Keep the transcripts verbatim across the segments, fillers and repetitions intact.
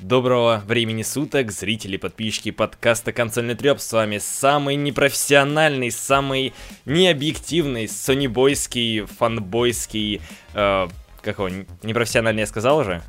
Доброго времени суток, зрители, подписчики подкаста «Консольный трёп». С вами самый непрофессиональный, самый необъективный, сонибойский, фанбойский... Э, как его, непрофессиональный я сказал уже?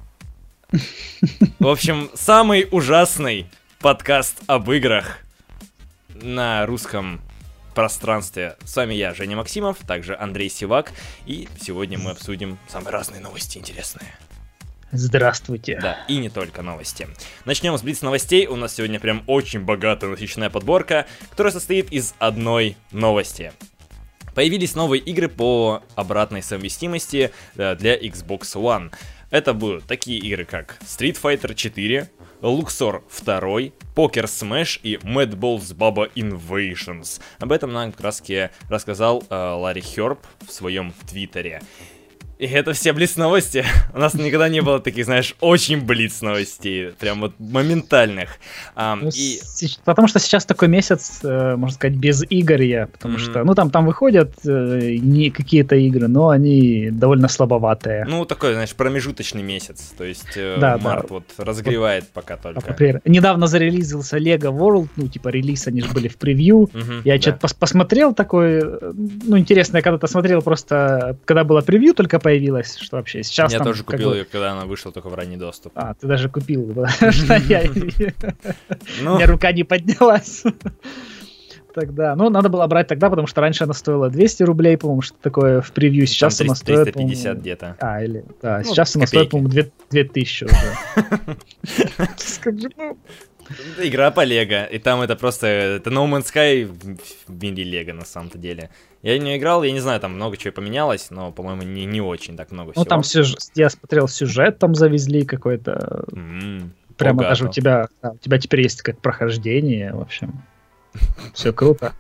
В общем, самый ужасный подкаст об играх на русском пространстве. С вами я, Женя Максимов, также Андрей Сивак. И сегодня мы обсудим самые разные новости интересные. Здравствуйте. Да, и не только новости. Начнем с блиц новостей. У нас сегодня прям очень богатая, насыщенная подборка, которая состоит из одной новости. Появились новые игры по обратной совместимости для Xbox One. Это будут такие игры, как Street Fighter четыре, Luxor два, Poker Smash и Mad Balls Baba Invasions. Об этом нам как раз рассказал э, Ларри Хёрб в своем твиттере. И это все блиц новости. У нас никогда не было таких, знаешь, очень блиц новостей. Прям вот моментальных. А, ну, и... с- потому что сейчас такой месяц, э, можно сказать, без игр я. Потому mm-hmm. что, ну, там, там выходят э, не какие-то игры, но они довольно слабоватые. Ну, такой, знаешь, промежуточный месяц. То есть э, да, март да. вот разгревает вот, пока только. Например, недавно зарелизился Lego World, ну, типа, релиз, они же были в превью. Mm-hmm, я да. что-то пос- посмотрел такой, ну, интересно, я когда-то смотрел просто, когда было превью, только появилась, что вообще сейчас я там, тоже купил бы... ее, когда она вышла только в ранний доступ. А, ты даже купил, потому что я... Ну... У меня рука не поднялась. Тогда, ну, надо было брать тогда, потому что раньше она стоила двести рублей, по-моему, что такое в превью, сейчас там она стоит... триста пятьдесят где-то. А, или... Да, ну, сейчас она стоит, по-моему, две тысячи уже. Скажи, ну... Игра по Лего, и там это просто, это No Man's Sky в мире Лего на самом-то деле. Я не играл, я не знаю, там много чего поменялось, но, по-моему, не, не очень так много всего. Ну, там сюжет, я смотрел, сюжет там завезли какой-то, mm, прямо богато. Даже у тебя, да, у тебя теперь есть как прохождение, в общем, все круто.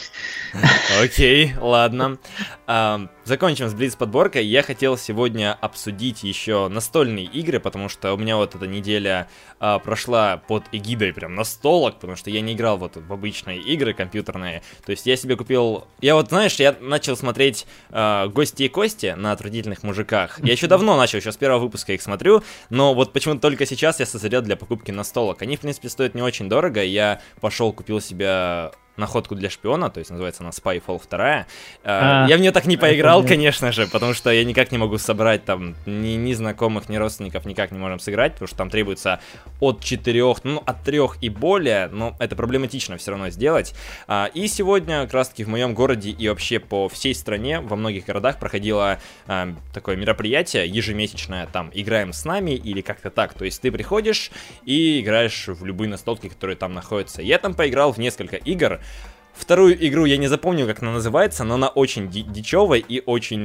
Окей, ладно. А, закончим с блиц-подборкой. Я хотел сегодня обсудить еще настольные игры, потому что у меня вот эта неделя а, прошла под эгидой прям настолок, потому что я не играл вот в обычные игры компьютерные. То есть я себе купил... Я вот, знаешь, я начал смотреть а, «Гости и кости» на «Отвратительных мужиках». Я еще давно начал, еще с первого выпуска их смотрю, но вот почему-то только сейчас я созрел для покупки настолок. Они, в принципе, стоят не очень дорого. Я пошел, купил себе... находку для шпиона, то есть называется она Spyfall два. А, я в нее так не поиграл, конечно же, потому что я никак не могу собрать там ни, ни знакомых, ни родственников, никак не можем сыграть, потому что там требуется от четырех, ну, от трех и более, но это проблематично все равно сделать. А, и сегодня как раз-таки в моем городе и вообще по всей стране, во многих городах проходило а, такое мероприятие ежемесячное, там, играем с нами или как-то так, то есть ты приходишь и играешь в любые настолки, которые там находятся. Я там поиграл в несколько игр. Вторую игру я не запомнил, как она называется, но она очень ди- дичевая и очень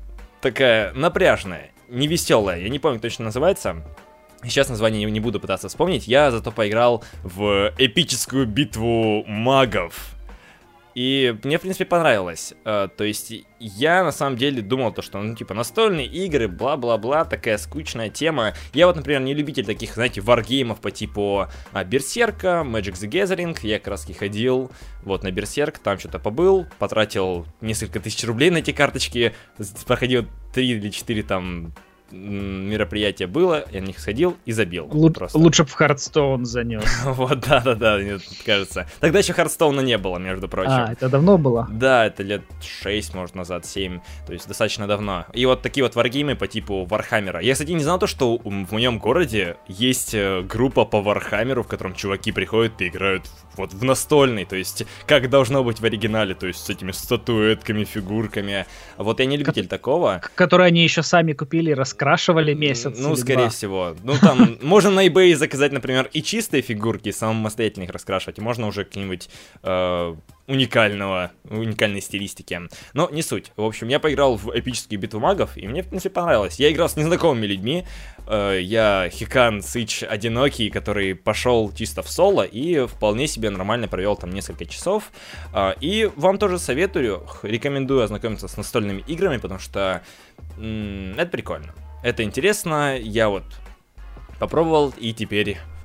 такая напряжная, невеселая. Я не помню, как точно называется. Сейчас название не буду пытаться вспомнить. Я зато поиграл в эпическую битву магов. И мне, в принципе, понравилось. Uh, то есть, я на самом деле думал, то, что, ну, типа, настольные игры, бла-бла-бла, такая скучная тема. Я вот, например, не любитель таких, знаете, варгеймов по типу uh, Берсерка, Magic the Gathering. Я как раз-таки ходил вот на Берсерк, там что-то побыл, потратил несколько тысяч рублей на эти карточки, проходил три или четыре там... мероприятие было, я на них сходил и забил. Лу- лучше бы в Хардстоун занес. Вот, да-да-да, мне кажется. Тогда еще Хардстоуна не было, между прочим. А, это давно было? Да, это лет шесть, может, назад, семь, то есть достаточно давно. И вот такие вот варгеймы по типу Вархаммера. Я, кстати, не знал то, что в моем городе есть группа по Вархаммеру, в котором чуваки приходят и играют вот в настольный, то есть как должно быть в оригинале, то есть с этими статуэтками, фигурками. Вот я не любитель Ко- такого. Которые они еще сами купили и раскрашивали месяц. Ну, скорее два. всего. Ну, там можно на eBay заказать, например, и чистые фигурки, самостоятельно их раскрашивать, и можно уже какие-нибудь э, уникального, уникальной стилистики. Но не суть. В общем, я поиграл в эпическую битву магов, и мне, в принципе, понравилось. Я играл с незнакомыми людьми. Э, я Хикан Сыч одинокий, который пошел чисто в соло, и вполне себе нормально провел там несколько часов. Э, и вам тоже советую, рекомендую ознакомиться с настольными играми, потому что м- это прикольно. Это интересно, я вот попробовал, и теперь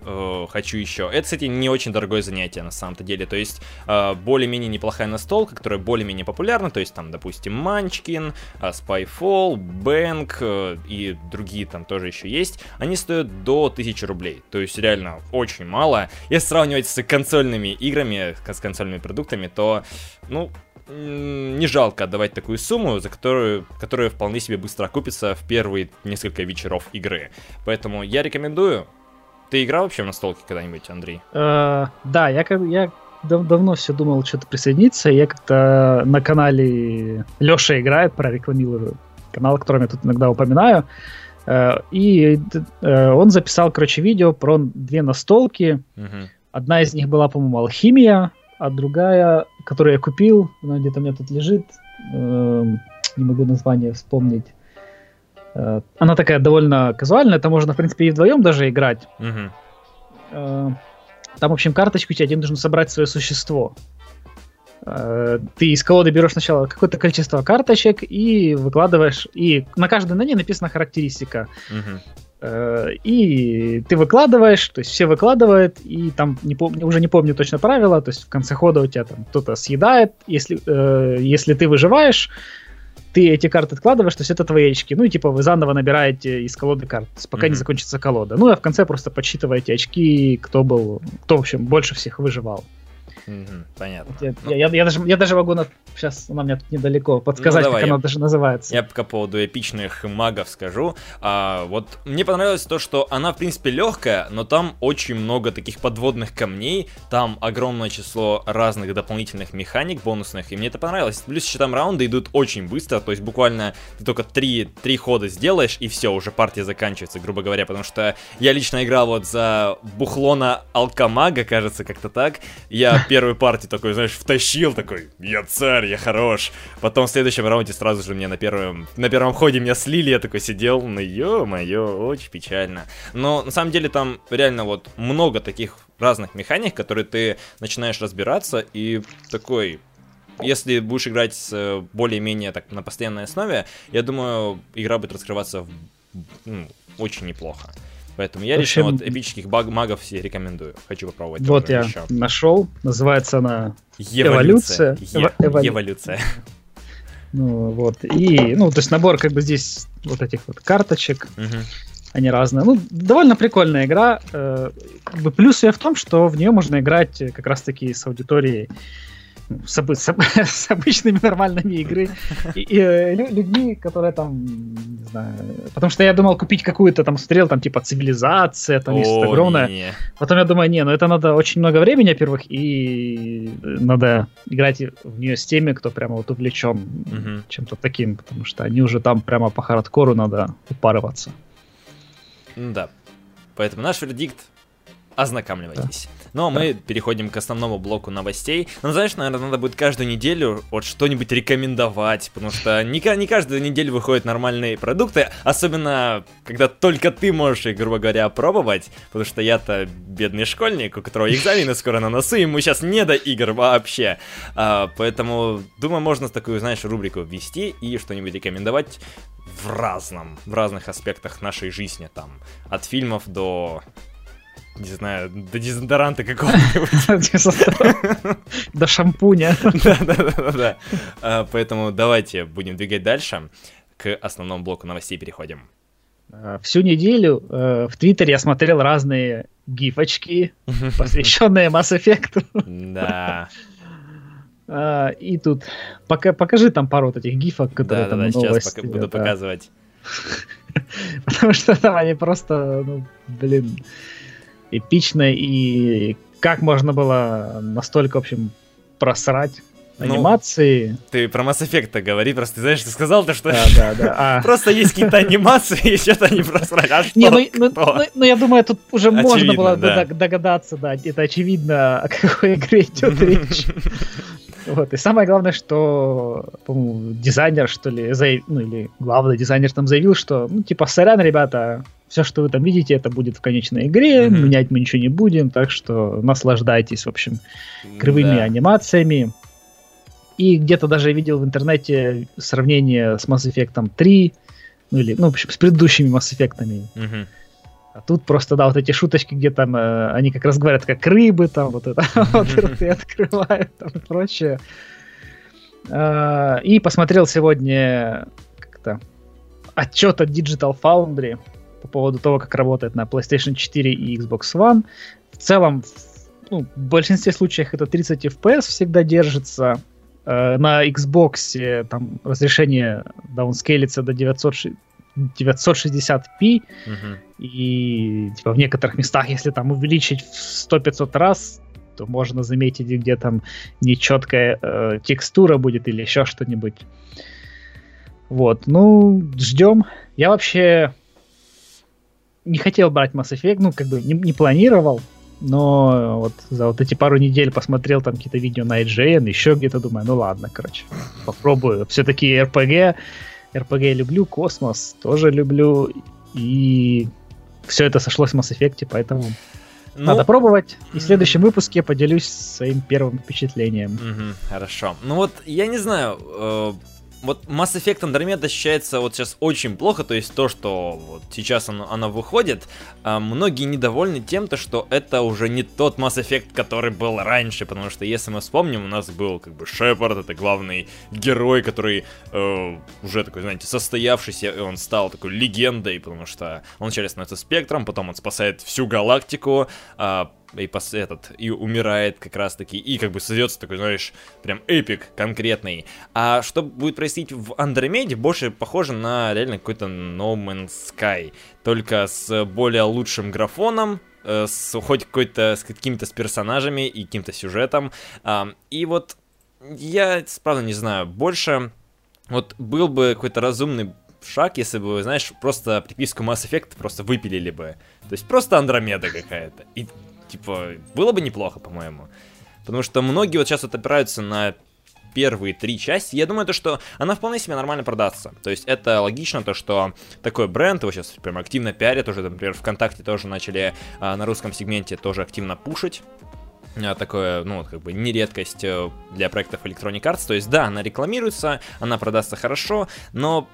э, хочу еще. Это, кстати, не очень дорогое занятие на самом-то деле. То есть э, более-менее неплохая настолка, которая более-менее популярна. То есть там, допустим, Munchkin, э, Spyfall, Bang э, и другие там тоже еще есть. Они стоят до тысячи рублей. То есть реально очень мало. Если сравнивать с консольными играми, с консольными продуктами, то, ну, не жалко отдавать такую сумму, за которую, которая вполне себе быстро окупится в первые несколько вечеров игры. Поэтому я рекомендую. Ты играл вообще в настолки когда-нибудь, Андрей? Uh, да, я, я дав- давно все думал что-то присоединиться. Я как-то на канале Леша играет, прорекламирую канал, который я тут иногда упоминаю. Uh, и uh, он записал, короче, видео про две настолки. Uh-huh. Одна из них была, по-моему, Алхимия, а другая, которую я купил, она где-то у меня тут лежит, э, не могу название вспомнить. Э, она такая довольно казуальная, это можно, в принципе, и вдвоем даже играть. Uh-huh. Э, там, в общем, карточку тебе, тебе нужно собрать свое существо. Э, ты из колоды берешь сначала какое-то количество карточек и выкладываешь, и на каждой на ней написана характеристика. Uh-huh. И ты выкладываешь, то есть все выкладывают, и там не пом- уже не помню точно правила, то есть в конце хода у тебя там кто-то съедает, если, э, если ты выживаешь, ты эти карты откладываешь, то есть это твои очки, ну и типа вы заново набираете из колоды карт, пока mm-hmm. не закончится колода, ну а в конце просто подсчитываете очки, кто был, кто в общем больше всех выживал. Mm-hmm, понятно. Я, ну, я, я, даже, я даже могу на, сейчас она у меня тут недалеко подсказать, ну, давай, как я, она даже называется. Я по поводу эпичных магов скажу. А, вот мне понравилось то, что она в принципе легкая, но там очень много таких подводных камней, там огромное число разных дополнительных механик бонусных, и мне это понравилось. Плюс еще там раунды идут очень быстро, то есть буквально ты только три, три хода сделаешь, и все, уже партия заканчивается, грубо говоря, потому что я лично играл вот за Бухлона Алкомага, кажется, как-то так. Я первую партию такой, знаешь, втащил, такой, я царь, я хорош. Потом в следующем раунде сразу же мне на первом, на первом ходе меня слили, я такой сидел, ну ё-моё, очень печально. Но на самом деле там реально вот много таких разных механик, которые ты начинаешь разбираться, и такой... Если будешь играть с более-менее так на постоянной основе, я думаю, игра будет раскрываться в, ну, очень неплохо. Поэтому я решил, вот эпических баг- магов все рекомендую. Хочу попробовать. Вот я еще. Нашел. Называется она Эволюция. Эволюция. Е- Эволю... Эволюция. Ну вот. И, ну, то есть набор как бы здесь вот этих вот карточек. Угу. Они разные. Ну, довольно прикольная игра. Как бы плюс ее в том, что в нее можно играть как раз-таки с аудиторией, с, обы- с, об- с обычными нормальными игры и, и э, людьми, которые там, не знаю, потому что я думал купить какую-то там, смотрел там типа цивилизация, там есть огромная. Не-не. Потом я думаю, не, ну это надо очень много времени, во-первых, и надо играть в нее с теми, кто прямо вот увлечен угу. чем-то таким, потому что они уже там прямо по хардкору надо упарываться. Да. Поэтому наш вердикт: ознакомливайтесь. Да. Но да. мы переходим к основному блоку новостей. Нам, знаешь, наверное, надо будет каждую неделю вот что-нибудь рекомендовать, потому что не, не каждую неделю выходят нормальные продукты, особенно когда только ты можешь их, грубо говоря, пробовать, потому что я-то бедный школьник, у которого экзамены скоро на носу, ему сейчас не до игр вообще. А, поэтому, думаю, можно такую, знаешь, рубрику ввести и что-нибудь рекомендовать в разном, в разных аспектах нашей жизни, там, от фильмов до... Не знаю, до дезодоранта какого-нибудь. До шампуня. Да-да-да. Поэтому давайте будем двигать дальше. К основному блоку новостей переходим. Всю неделю в Твиттере я смотрел разные гифочки, посвященные Mass Effect. Да. И тут покажи там пару вот этих гифок, которые там новости. Да-да-да, сейчас буду показывать. Потому что там они просто, ну, блин... эпично, и как можно было настолько, в общем, просрать анимации. Ну, ты про Mass Effect говори, просто ты знаешь, ты сказал-то, что да, да, да. А... просто есть какие-то анимации, и что-то они просрали. А что? Не, ну, ну, ну, ну, я думаю, тут уже очевидно, можно было да. догадаться, да, это очевидно, о какой игре идет речь. Вот, и самое главное, что, по-моему, дизайнер, что ли, заяв... ну, или главный дизайнер там заявил, что, ну, типа, сорян, ребята, все, что вы там видите, это будет в конечной игре, mm-hmm. менять мы ничего не будем, так что наслаждайтесь, в общем, кривыми да. анимациями. И где-то даже видел в интернете сравнение с Mass Effect три, ну, или, ну, в общем, с предыдущими Mass Effect'ами. Mm-hmm. А тут просто, да, вот эти шуточки, где там э, они как раз говорят, как рыбы, там вот это, вот рты открывают, там и прочее. Э, и посмотрел сегодня как-то отчет от Digital Foundry по поводу того, как работает на PlayStation четыре и Xbox One. В целом, ну, в большинстве случаев это тридцать эф пи эс всегда держится. Э, на Xbox там разрешение даунскейлится до девятьсот шестьдесят пи, uh-huh. и типа, в некоторых местах, если там увеличить в сто-пятьсот раз, то можно заметить, где там нечеткая э, текстура будет или еще что-нибудь. Вот, ну, ждем. Я вообще не хотел брать Mass Effect, ну, как бы не, не планировал, но вот за вот эти пару недель посмотрел там какие-то видео на ай джи эн, еще где-то думаю, ну ладно, короче, попробую. Все-таки эр пи джи, эр пи джи люблю, космос тоже люблю, и все это сошлось в Mass Effect, поэтому ну, надо пробовать. И в следующем выпуске поделюсь своим первым впечатлением. Угу, хорошо. Ну вот, я не знаю, э, вот Mass Effect Andromeda ощущается вот сейчас очень плохо, то есть то, что вот сейчас оно, оно выходит, э, многие недовольны тем, то, что это уже не тот Mass Effect, который был раньше, потому что, если мы вспомним, у нас был как бы Шепард, это главный герой, который э, уже такой, знаете, состоявшийся, и он стал такой легендой, потому что он вначале становится Спектром, потом он спасает всю галактику, э, и, пос, этот, и умирает как раз таки, и как бы создается такой, знаешь, прям эпик конкретный. А что будет происходить в Андромеде, больше похоже на реально какой-то No Man's Sky, только с более лучшим графоном, с хоть какой-то, с какими-то с персонажами и каким-то сюжетом. И вот я, правда, не знаю, больше вот был бы какой-то разумный шаг, если бы, знаешь, просто приписку Mass Effect просто выпилили бы. То есть просто Андромеда какая-то. И типа, было бы неплохо, по-моему. Потому что многие вот сейчас вот опираются на первые три части. Я думаю, то, что она вполне себе нормально продастся. То есть это логично, то, что такой бренд, его сейчас прям активно пиарят. Уже, например, ВКонтакте тоже начали а, на русском сегменте тоже активно пушить. А, такое, ну, как бы не редкость для проектов Electronic Arts. То есть, да, она рекламируется, она продастся хорошо, но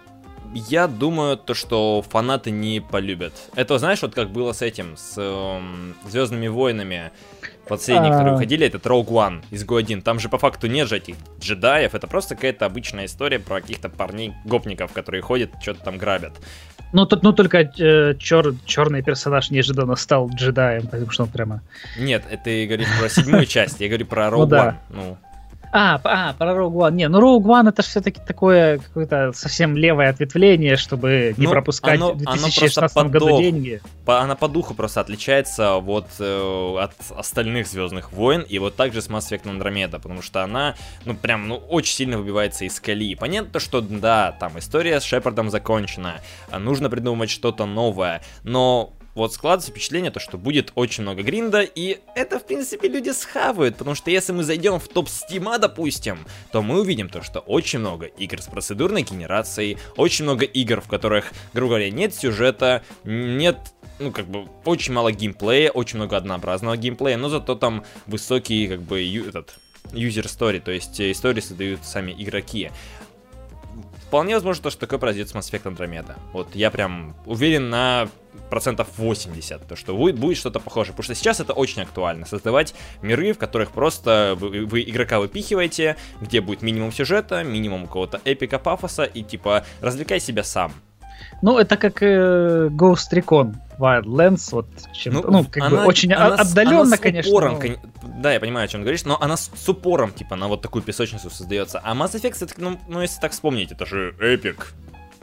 я думаю, то, что фанаты не полюбят. Это, знаешь, вот как было с этим, с эм, Звездными войнами, последние, которые выходили, это Rogue One, изгой один. Там же по факту нет же этих джедаев, это просто какая-то обычная история про каких-то парней-гопников, которые ходят, что-то там грабят. Ну, тут, ну только э, чер, черный персонаж неожиданно стал джедаем, потому что он прямо... Нет, это ты говоришь про седьмую часть, я говорю про Rogue ну, One. да. Ну. А, а, про Rogue One. Не, ну Rogue One это же все-таки такое какое-то совсем левое ответвление, чтобы не ну, пропускать оно, в две тысячи шестнадцатом году дух, деньги. По, она по духу просто отличается вот, э, от остальных Звездных войн, и вот также с Mass Effect Andromeda, потому что она, ну, прям, ну, очень сильно выбивается из колеи. Понятно, что, да, там история с Шепардом закончена, нужно придумывать что-то новое, но... Вот складывается впечатление, то, что будет очень много гринда, и это, в принципе, люди схавают, потому что если мы зайдем в топ Стима, допустим, то мы увидим то, что очень много игр с процедурной генерацией, очень много игр, в которых, грубо говоря, нет сюжета, нет, ну, как бы, очень мало геймплея, очень много однообразного геймплея, но зато там высокий, как бы, ю- этот, user story, то есть истории создают сами игроки. Вполне возможно, то, что такое произойдет с Mass Effect Andromeda. Вот я прям уверен на процентов восемьдесят, то, что будет, будет что-то похожее. Потому что сейчас это очень актуально. Создавать миры, в которых просто вы, вы игрока выпихиваете, где будет минимум сюжета, минимум какого-то эпика, пафоса, и типа развлекай себя сам. Ну, это как э, Ghost Recon Wildlands, вот чем-то, ну, ну, как она, бы очень она, отдаленно, она конечно. Упором, но... кон... Да, я понимаю, о чем ты говоришь, но она с, с упором, типа, на вот такую песочницу создается. А Mass Effect, это, ну, ну, если так вспомнить, это же эпик.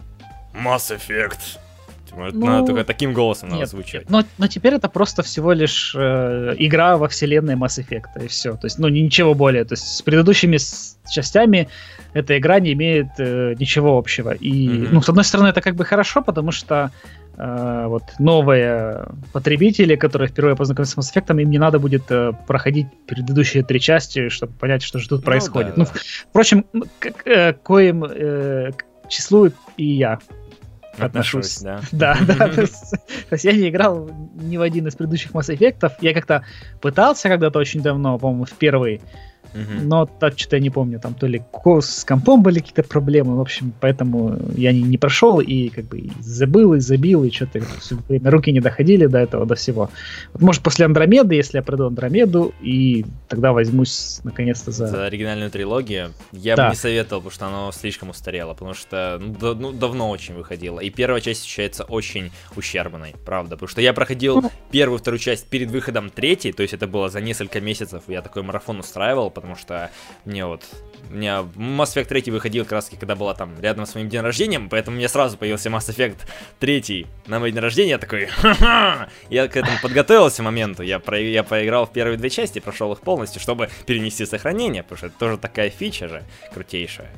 Mass Effect. Типа, ну, надо только таким голосом надо звучать. Но, но теперь это просто всего лишь э, игра во вселенной Mass Effect, и все. То есть, ну, ничего более. То есть, с предыдущими с частями эта игра не имеет э, ничего общего. И, mm-hmm. ну, с одной стороны, это как бы хорошо, потому что э, вот новые потребители, которые впервые познакомятся с Mass Effect, им не надо будет э, проходить предыдущие три части, чтобы понять, что же тут ну, происходит. Да, ну, да. Впрочем, к, к, э, к коим э, к числу и я отношусь. Да, да, да. То есть, то есть я не играл ни в один из предыдущих Mass Effect'ов. Я как-то пытался когда-то очень давно, по-моему, в первый Uh-huh. Но так что-то я не помню, там то ли с компом были какие-то проблемы, в общем, поэтому я не, не прошел и как бы и забыл, и забил, и что-то все время руки не доходили до этого, до всего. Вот, может, после Андромеды, если я пройду Андромеду, и тогда возьмусь наконец-то за... За оригинальную трилогию я да. бы не советовал, потому что оно слишком устарело, потому что ну, да, ну, давно очень выходило, и первая часть ощущается очень ущербной, правда, потому что я проходил uh-huh. первую, вторую часть перед выходом третьей, то есть это было за несколько месяцев, я такой марафон устраивал, потому что мне вот, у меня Mass Effect три выходил как раз, когда была там рядом с моим днем рождения, поэтому мне сразу появился Mass Effect три на мой день рождения, я такой, ха-ха! Я к этому подготовился моменту, я, про, я поиграл в первые две части, прошел их полностью, чтобы перенести сохранение, потому что это тоже такая фича же крутейшая.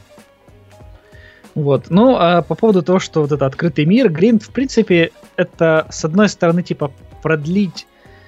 Вот, ну, а по поводу того, что вот это открытый мир, Гринд, в принципе, это, с одной стороны, типа, продлить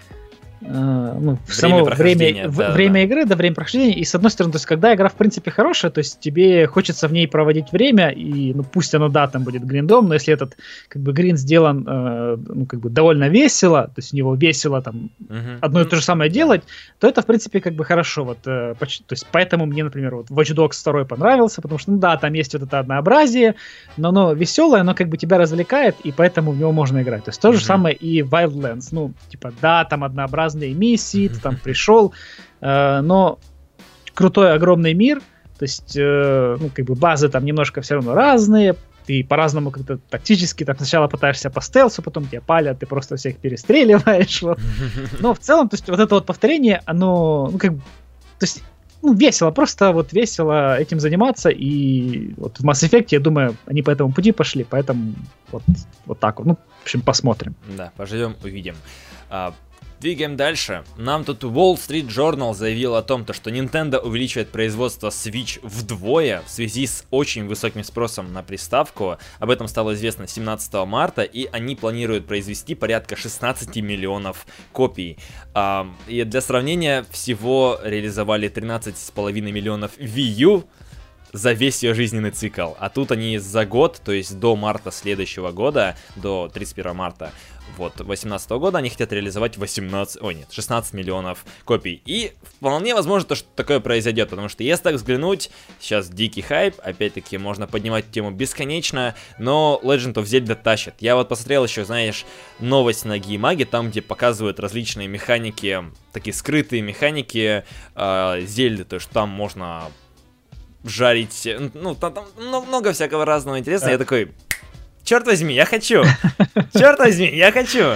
Uh, ну, в само время, да, время да. игры, да, время прохождения, и с одной стороны, то есть, когда игра в принципе хорошая, то есть тебе хочется в ней проводить время, и, ну, пусть оно, да, там будет гриндом, но если этот, как бы, гринд сделан, э, ну, как бы, довольно весело, то есть у него весело, там, uh-huh. одно и то же самое делать, то это, в принципе, как бы, хорошо, вот, э, поч- то есть, поэтому мне, например, вот, Watch Dogs два понравился, потому что, ну, да, там есть вот это однообразие, но оно веселое, оно, как бы, тебя развлекает, и поэтому в него можно играть, то есть, то же uh-huh. самое и Wildlands, ну, типа, да, там однообразие миссии, ты там пришел, э, но крутой огромный мир, то есть, э, ну, как бы базы там немножко все равно разные, ты по-разному как-то тактически там сначала пытаешься по стелсу, потом тебя палят, ты просто всех перестреливаешь, вот. Но в целом, то есть, вот это вот повторение, оно, ну, как бы, то есть, ну, весело, просто вот весело этим заниматься, и вот в Mass Effect, я думаю, они по этому пути пошли, поэтому вот, вот так вот, ну, в общем, посмотрим. Да, поживем, увидим. А... Двигаем дальше. Нам тут Wall Street Journal заявил о том, что Nintendo увеличивает производство Switch вдвое в связи с очень высоким спросом на приставку. Об этом стало известно семнадцатого марта, и они планируют произвести порядка шестнадцать миллионов копий. И для сравнения, всего реализовали тринадцать с половиной миллионов Wii U за весь ее жизненный цикл. А тут они за год, то есть до марта следующего года, до тридцать первого марта, вот, две тысячи восемнадцатого года, они хотят реализовать восемнадцать, ой, нет, шестнадцать миллионов копий. И вполне возможно, то, что такое произойдет, потому что если так взглянуть, сейчас дикий хайп, опять-таки можно поднимать тему бесконечно, но Legend of Zelda тащит. Я вот посмотрел еще, знаешь, новость на Геймаге, там, где показывают различные механики, такие скрытые механики э, Зельды, то есть там можно жарить, ну, там, там много всякого разного интересного, да. Я такой... Черт возьми, я хочу! Черт возьми, я хочу!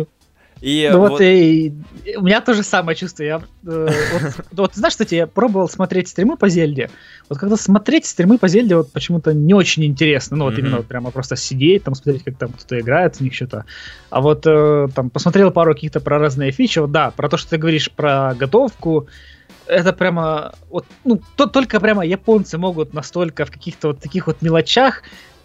И ну вот, вот и, и у меня то же самое чувство. Я, э, вот, вот знаешь, кстати, я пробовал смотреть стримы по Зельде. Вот когда смотреть стримы по Зельде, вот почему-то не очень интересно. Ну вот mm-hmm. именно вот прямо просто сидеть, там смотреть, как там кто-то играет, в них что-то. А вот э, там посмотрел пару каких-то про разные фичи. Вот да, про то, что ты говоришь про готовку. Это прямо, вот, ну, то, только прямо японцы могут настолько в каких-то вот таких вот мелочах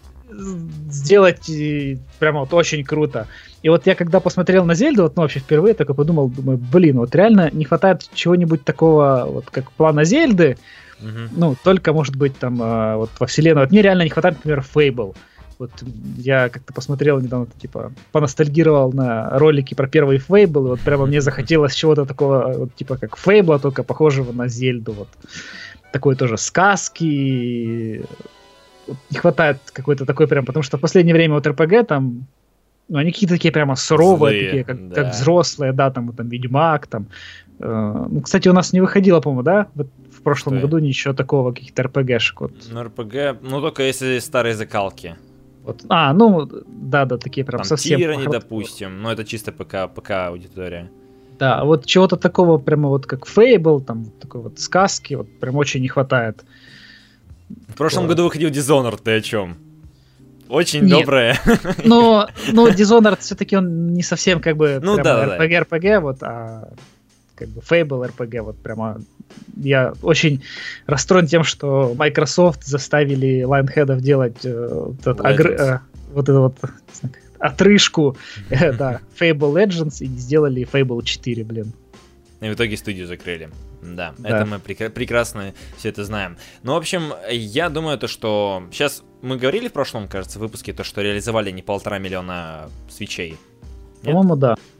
сделать прямо вот очень круто. И вот я когда посмотрел на Зельду, вот, ну, вообще впервые такой подумал, думаю, блин, вот реально не хватает чего-нибудь такого, вот как плана Зельды, mm-hmm. ну, только, может быть, там, вот во вселенной. Вот мне реально не хватает, например, Fable. Вот я как-то посмотрел недавно, типа, поностальгировал на ролики про первый Fable, и вот прямо мне захотелось чего-то такого, вот, типа, как Fable, только похожего на Зельду, вот. Такой тоже сказки. Вот не хватает какой-то такой прям, потому что в последнее время вот эр пи джи там, ну, они какие-то такие прямо суровые, злые, такие, как, да. как взрослые, да, там, вот, там, Ведьмак, там. Э, ну, кстати, у нас не выходило, по-моему, да, вот в прошлом Что году ничего такого, каких-то эр пи джи-шек. Вот. Ну, эр пи джи, ну, только если старые закалки. Вот. А, ну, да-да, такие прям там совсем... Tyranny, допустим, но это чисто ПК, ПК-аудитория. Да, вот чего-то такого прямо вот как Fable, там, такой вот сказки, вот прям очень не хватает. В прошлом вот. году выходил Dishonored, ты о чем? Очень Нет. доброе. Но, но Dishonored все-таки он не совсем как бы ну, да, эр пи джи, эр пи джи, вот, а как бы Fable эр пи джи, вот прямо я очень расстроен тем, что Microsoft заставили Lionhead'ов делать э, вот, этот, агр... э, вот эту вот отрыжку, э, да, Fable Legends, и сделали Fable четыре, блин. И в итоге студию закрыли. Да, да. это мы прек- прекрасно все это знаем. Ну, в общем, я думаю, то, что... Сейчас мы говорили в прошлом, кажется, выпуске, то, что реализовали не полтора миллиона свитчей. По-моему, да.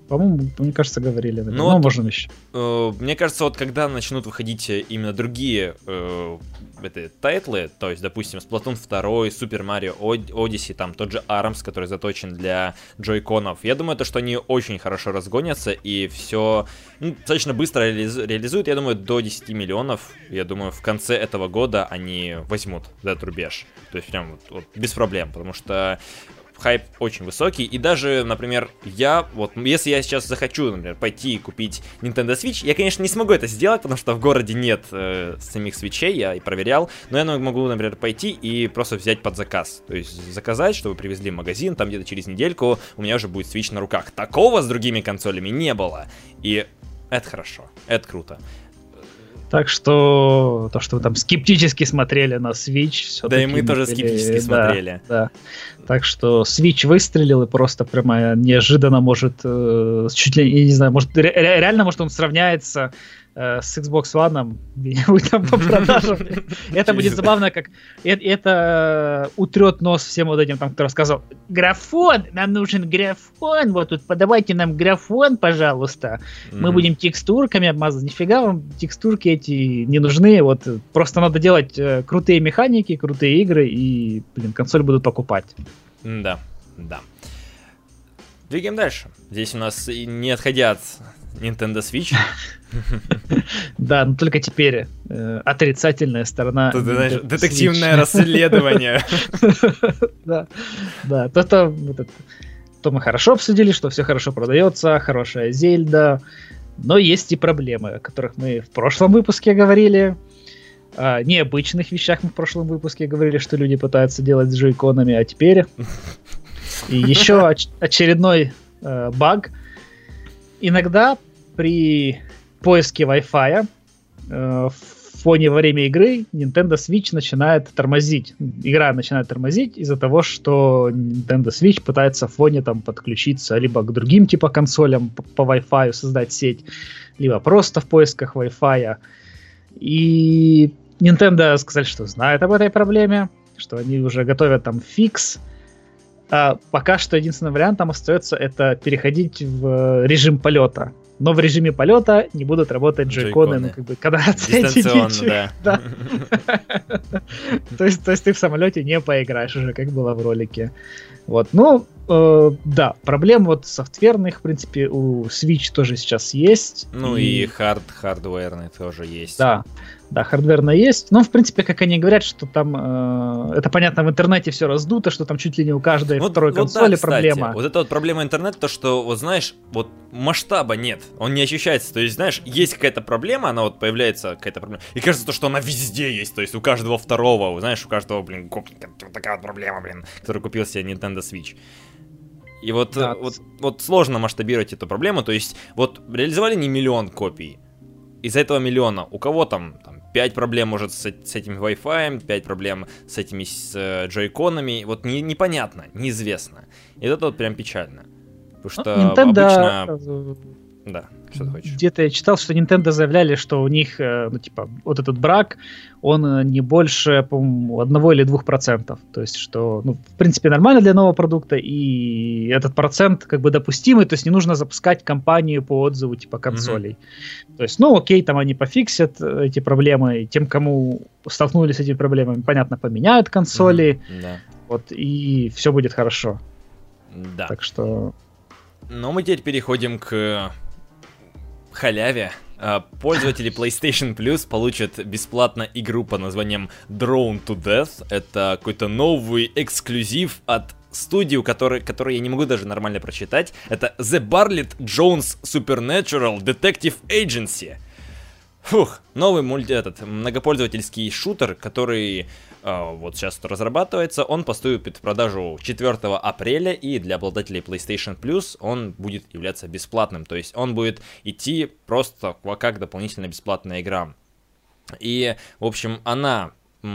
По-моему, мне кажется, говорили. Ну, но вот, можем еще. Э, мне кажется, вот когда начнут выходить именно другие э, это, тайтлы, то есть, допустим, Splatoon два, Super Mario Odyssey, там тот же армс, который заточен для джойконов, я думаю, то, что они очень хорошо разгонятся и все ну, достаточно быстро реализу- реализуют. Я думаю, до десяти миллионов, я думаю, в конце этого года они возьмут этот рубеж. То есть, прям вот, вот, без проблем, потому что хайп очень высокий, и даже, например, я, вот, если я сейчас захочу, например, пойти и купить Nintendo Switch, я, конечно, не смогу это сделать, потому что в городе нет э, самих свитчей, я и проверял, но я могу, например, пойти и просто взять под заказ, то есть заказать, чтобы привезли в магазин, там где-то через недельку у меня уже будет Switch на руках. Такого с другими консолями не было, и это хорошо, это круто. Так что то, что вы там скептически смотрели на Switch, да и мы тоже были, скептически да, смотрели. Да. Так что Switch выстрелил и просто прямо неожиданно может, э, чуть ли, я не знаю, может ре- реально может он сравняется э, с Xbox One где-нибудь там по продажам. Это будет забавно, как это утрет нос всем вот этим, там, кто рассказывал, графон, нам нужен графон, вот тут подавайте нам графон, пожалуйста, мы будем текстурками обмазывать. Нифига вам текстурки эти не нужны, вот просто надо делать крутые механики, крутые игры, и, блин, консоль будут покупать. Да, да. Двигаем дальше. Здесь у нас, не отходя от Nintendo Switch. Да, но только теперь э, отрицательная сторона. Тут, знаешь, детективное расследование. Да, да. То, то, то мы хорошо обсудили, что все хорошо продается, хорошая Зельда, но есть и проблемы, о которых мы в прошлом выпуске говорили. О необычных вещах мы в прошлом выпуске говорили, что люди пытаются делать с джойконами, а теперь... И еще оч- очередной э, баг. Иногда при поиске Wi-Fi э, в фоне во время игры Nintendo Switch начинает тормозить. Игра начинает тормозить из-за того, что Nintendo Switch пытается в фоне там подключиться либо к другим типа консолям по, по Wi-Fi, создать сеть, либо просто в поисках Wi-Fi. И Nintendo сказали, что знают об этой проблеме, что они уже готовят там фикс. А пока что единственным вариантом остается это переходить в режим полета. Но в режиме полета не будут работать джойконы, ну, как бы, когда дистанционно, да. То есть, то есть ты в самолете не поиграешь уже, как было в ролике. Вот, ну, э, да, проблем вот софтверных, в принципе, у Switch тоже сейчас есть. Ну и, и хард, хардверный тоже есть. Да, да, хардверно есть. Но, в принципе, как они говорят, что там, э, это понятно, в интернете все раздуто, что там чуть ли не у каждой вот, второй вот консоли да, проблема. Вот это вот проблема интернета, то что, вот знаешь, вот масштаба нет, он не ощущается. То есть, знаешь, есть какая-то проблема, она вот появляется, какая-то проблема, и кажется, то, что она везде есть, то есть у каждого второго, знаешь, у каждого, блин, такая вот проблема, блин, который купил себе Nintendo Switch. И вот, да. вот, вот сложно масштабировать эту проблему, то есть, вот реализовали не миллион копий, из этого миллиона у кого там, там пять проблем может с, с этим Wi-Fi, пять проблем с этими с, э, джойконами, вот не, непонятно, неизвестно. И это вот прям печально. Потому что ну, Nintendo... обычно... Да, что ты хочешь? Где-то я читал, что Nintendo заявляли, что у них, ну, типа, вот этот брак, он не больше, по-моему, одного или двух процентов. То есть, что, ну, в принципе, нормально для нового продукта, и этот процент, как бы, допустимый, то есть не нужно запускать кампанию по отзыву, типа, консолей. Mm-hmm. То есть, ну, окей, там они пофиксят эти проблемы, и тем, кому столкнулись с этими проблемами, понятно, поменяют консоли, mm-hmm. yeah. вот, и все будет хорошо. Да. Так что... Ну, мы теперь переходим к... халяве. Пользователи PlayStation Plus получат бесплатно игру под названием Drone to Death. Это какой-то новый эксклюзив от студии, который, который я не могу даже нормально прочитать. Это The Bartlett Jones Supernatural Detective Agency. Фух, новый мульти, этот, многопользовательский шутер, который э, вот сейчас разрабатывается, он поступит в продажу четвёртого апреля, и для обладателей PlayStation Plus он будет являться бесплатным, то есть он будет идти просто как дополнительная бесплатная игра. И, в общем, она...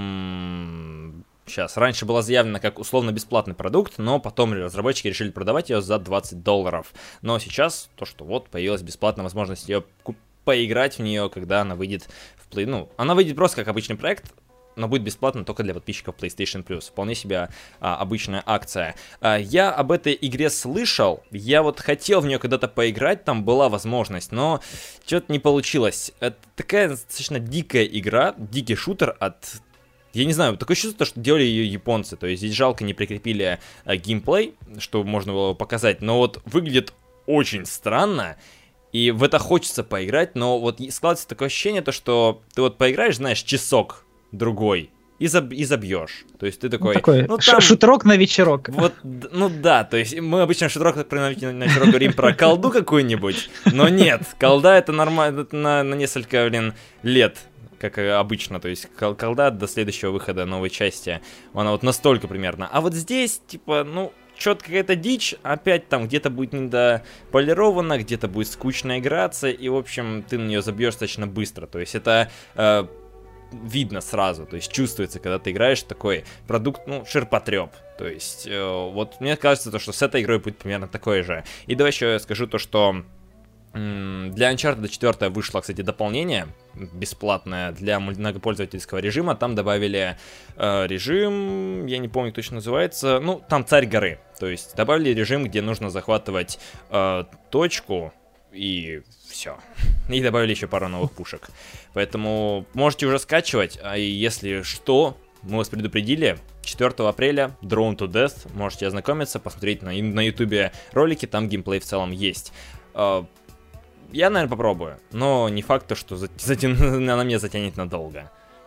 М- Сейчас, раньше была заявлена как условно-бесплатный продукт, но потом разработчики решили продавать ее за двадцать долларов. Но сейчас, то, что вот, появилась бесплатная возможность ее купить, поиграть в нее, когда она выйдет в Play. Ну, она выйдет просто как обычный проект, но будет бесплатно только для подписчиков PlayStation Plus. Вполне себе а, обычная акция. А, я об этой игре слышал, я вот хотел в нее когда-то поиграть, там была возможность, но что-то не получилось. Это такая достаточно дикая игра, дикий шутер от... Я не знаю, такое чувство, что делали ее японцы, то есть здесь жалко не прикрепили а, геймплей, что можно было показать, но вот выглядит очень странно. И в это хочется поиграть, но вот складывается такое ощущение, то, что ты вот поиграешь, знаешь, часок другой и, заб- и забьешь. То есть ты такой... Ну, такой ну, там... шутерок на вечерок. Вот, ну да, то есть мы обычно шутерок на, на вечерок говорим про колду какую-нибудь, но нет, колда это нормально, это на, на несколько, блин, лет, как обычно, то есть кол- колда до следующего выхода новой части, она вот настолько примерно. А вот здесь, типа, ну... Что-то какая-то дичь, опять там где-то будет недополировано, где-то будет скучно играться, и, в общем, ты на нее забьешь достаточно быстро. То есть это э, видно сразу, то есть чувствуется, когда ты играешь такой продукт, ну, ширпотреб. То есть э, вот мне кажется, то, что с этой игрой будет примерно такое же. И давай еще я скажу то, что... Для Uncharted четыре вышло, кстати, дополнение бесплатное для многопользовательского режима. Там добавили э, режим, я не помню, точно называется, ну, там Царь горы. То есть добавили режим, где нужно захватывать э, точку, и все. И добавили еще пару новых пушек. Поэтому можете уже скачивать, а если что, мы вас предупредили. четвёртого апреля Drone to Death. Можете ознакомиться, посмотреть на, на ютубе ролики, там геймплей в целом есть. Э, Я, наверное, попробую, но не факт, то, что затя... она меня затянет надолго.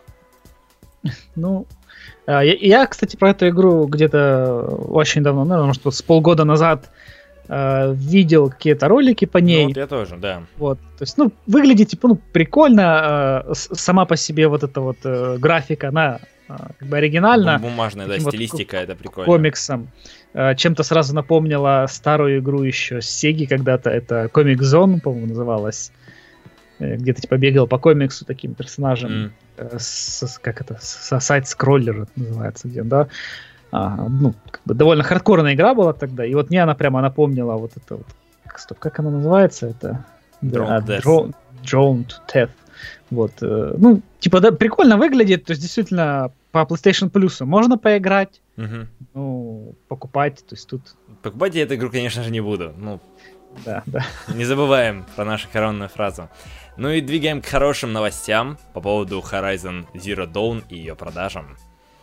Ну, я, я, кстати, про эту игру где-то очень давно, наверное, может, вот с полгода назад э, видел какие-то ролики по ней. Ну, вот я тоже, да. Вот, то есть, ну, выглядит, типа, ну, прикольно, э, сама по себе вот эта вот э, графика, она э, как бы оригинальна. Бумажная, да, стилистика, вот, это прикольно. Комиксом. Чем-то сразу напомнила старую игру еще с Сеги когда-то, это Comic Zone, по-моему, называлась, где ты типа бегал по комиксу таким персонажем, mm. с, как это, сайд-скроллер называется, где, да, а, ну, как бы довольно хардкорная игра была тогда, и вот мне она прямо напомнила вот это вот, стоп, как она называется, это? Drone to Death. Вот, ну, типа, да, прикольно выглядит, то есть действительно по PlayStation Plus можно поиграть, угу. ну, покупать, то есть тут... Покупать я эту игру, конечно же, не буду, ну... Да, да. Не забываем про нашу коронную фразу. Ну и двигаем к хорошим новостям по поводу Horizon Zero Dawn и ее продажам.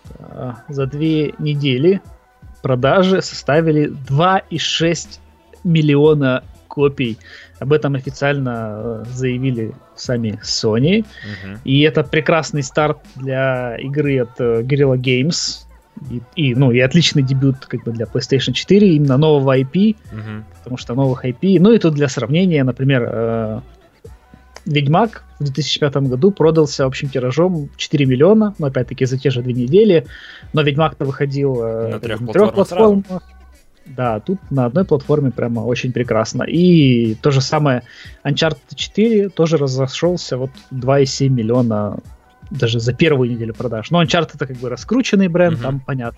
За две недели продажи составили два и шесть миллиона копий. Об этом официально заявили сами Sony. Uh-huh. И это прекрасный старт для игры от Guerrilla Games. И, и, ну, и отличный дебют как бы для PlayStation четыре, именно нового ай пи. Uh-huh. Потому что новых ай пи. Ну и тут для сравнения, например, э, Ведьмак в две тысячи пятом году продался общим тиражом четыре миллиона. Но опять-таки за те же две недели. Но Ведьмак-то выходил э, на трех на платформах. платформах. Сразу. Да, тут на одной платформе прямо очень прекрасно. И то же самое Uncharted четыре тоже разошелся вот два и семь миллиона даже за первую неделю продаж. Но Uncharted это как бы раскрученный бренд, uh-huh. там понятно.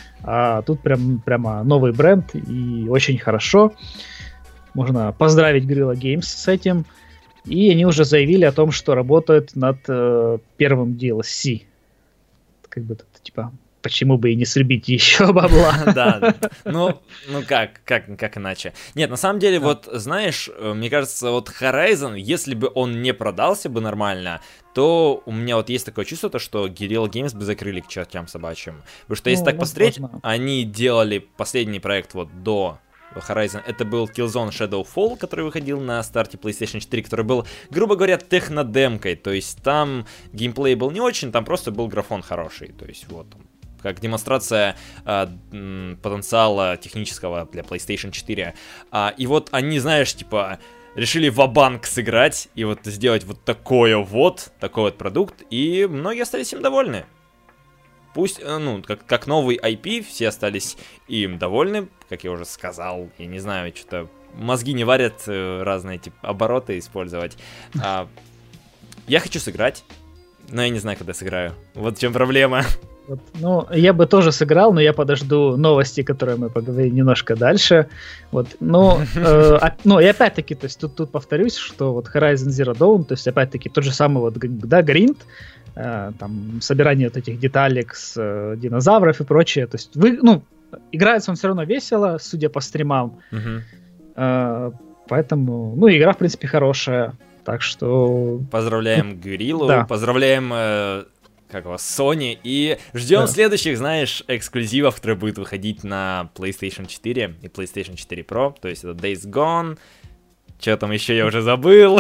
А тут прям, прямо новый бренд и очень хорошо. Можно поздравить Guerrilla Games с этим. И они уже заявили о том, что работают над э, первым ди эл си. Как бы типа... Почему бы и не срубить еще бабла? Да, ну, ну как, как, как иначе? Нет, на самом деле, вот, знаешь, мне кажется, вот Horizon, если бы он не продался бы нормально, то у меня вот есть такое чувство, то, что Guerrilla Games бы закрыли к чертям собачьим. Потому что, если так посмотреть, они делали последний проект вот до Horizon, это был Killzone Shadowfall, который выходил на старте PlayStation четыре, который был, грубо говоря, технодемкой, то есть там геймплей был не очень, там просто был графон хороший, то есть вот как демонстрация э, м, потенциала технического для PlayStation четыре. А, и вот они, знаешь, типа, решили ва-банк сыграть и вот сделать вот такое вот, такой вот продукт, и многие остались им довольны. Пусть, э, ну, как, как новый ай пи, все остались им довольны, как я уже сказал, я не знаю, что-то мозги не варят э, разные типа обороты использовать. А, я хочу сыграть, но я не знаю, когда сыграю. Вот в чем проблема. Вот. Ну, я бы тоже сыграл, но я подожду новости, которые мы поговорим немножко дальше. Вот. Ну, э, а, ну, и опять-таки, то есть тут, тут повторюсь, что вот Horizon Zero Dawn, то есть опять-таки тот же самый вот, да, гринд, э, там, собирание вот этих деталек с э, динозавров и прочее. То есть вы, ну, играется он все равно весело, судя по стримам. Угу. Э, поэтому, ну, игра, в принципе, хорошая. Так что... Поздравляем Guerrilla, да. поздравляем... Э... как его, Sony, и ждем да. следующих, знаешь, эксклюзивов, которые будут выходить на PlayStation четыре и PlayStation четыре Pro, то есть это Days Gone, что там еще я уже забыл.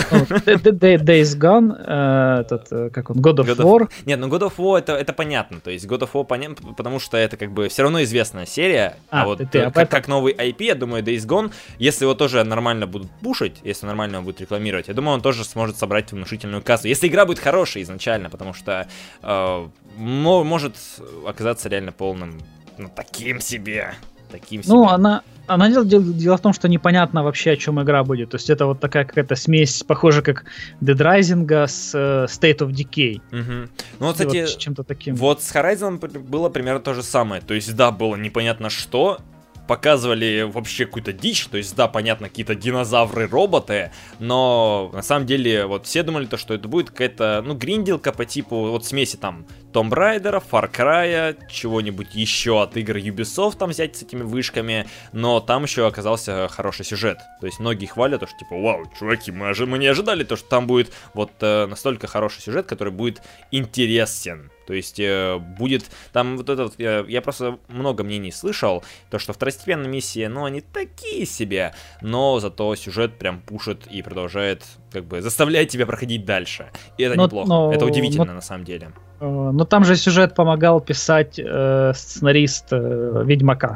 Days Gone, э, этот, как он, God of God War. Of... Нет, ну God of War это, это понятно, то есть God of War понятно, потому что это как бы все равно известная серия, а, а вот ты, как, как новый ай пи, я думаю, Days Gone, если его тоже нормально будут пушить, если нормально его будут рекламировать, я думаю, он тоже сможет собрать внушительную кассу, если игра будет хорошей изначально, потому что э, может оказаться реально полным, ну, таким себе. Таким ну, себе. она, она дело, дело в том, что непонятно вообще, о чем игра будет. То есть это вот такая какая-то смесь, похожа как Dead Rising с uh, State of Decay. Угу. Ну, вот, кстати, вот, чем-то таким. Вот с Horizon было примерно то же самое. То есть, да, было непонятно что, показывали вообще какую-то дичь, то есть, да, понятно, какие-то динозавры-роботы, но на самом деле, вот все думали, то, что это будет какая-то, ну, гринделка по типу, вот смеси там Tomb Raider, Far Cry, чего-нибудь еще от игр Ubisoft там взять с этими вышками, но там еще оказался хороший сюжет, то есть многие хвалят, то, что типа, вау, чуваки, мы, ожи- мы не ожидали, то, что там будет вот э, настолько хороший сюжет, который будет интересен. То есть э, будет там вот это вот, я, я просто много мнений слышал, то что второстепенные миссии, ну они такие себе, но зато сюжет прям пушит и продолжает как бы заставлять тебя проходить дальше. И это но, неплохо, но, это удивительно но, на самом деле. Э, но там же сюжет помогал писать э, сценарист э, Ведьмака.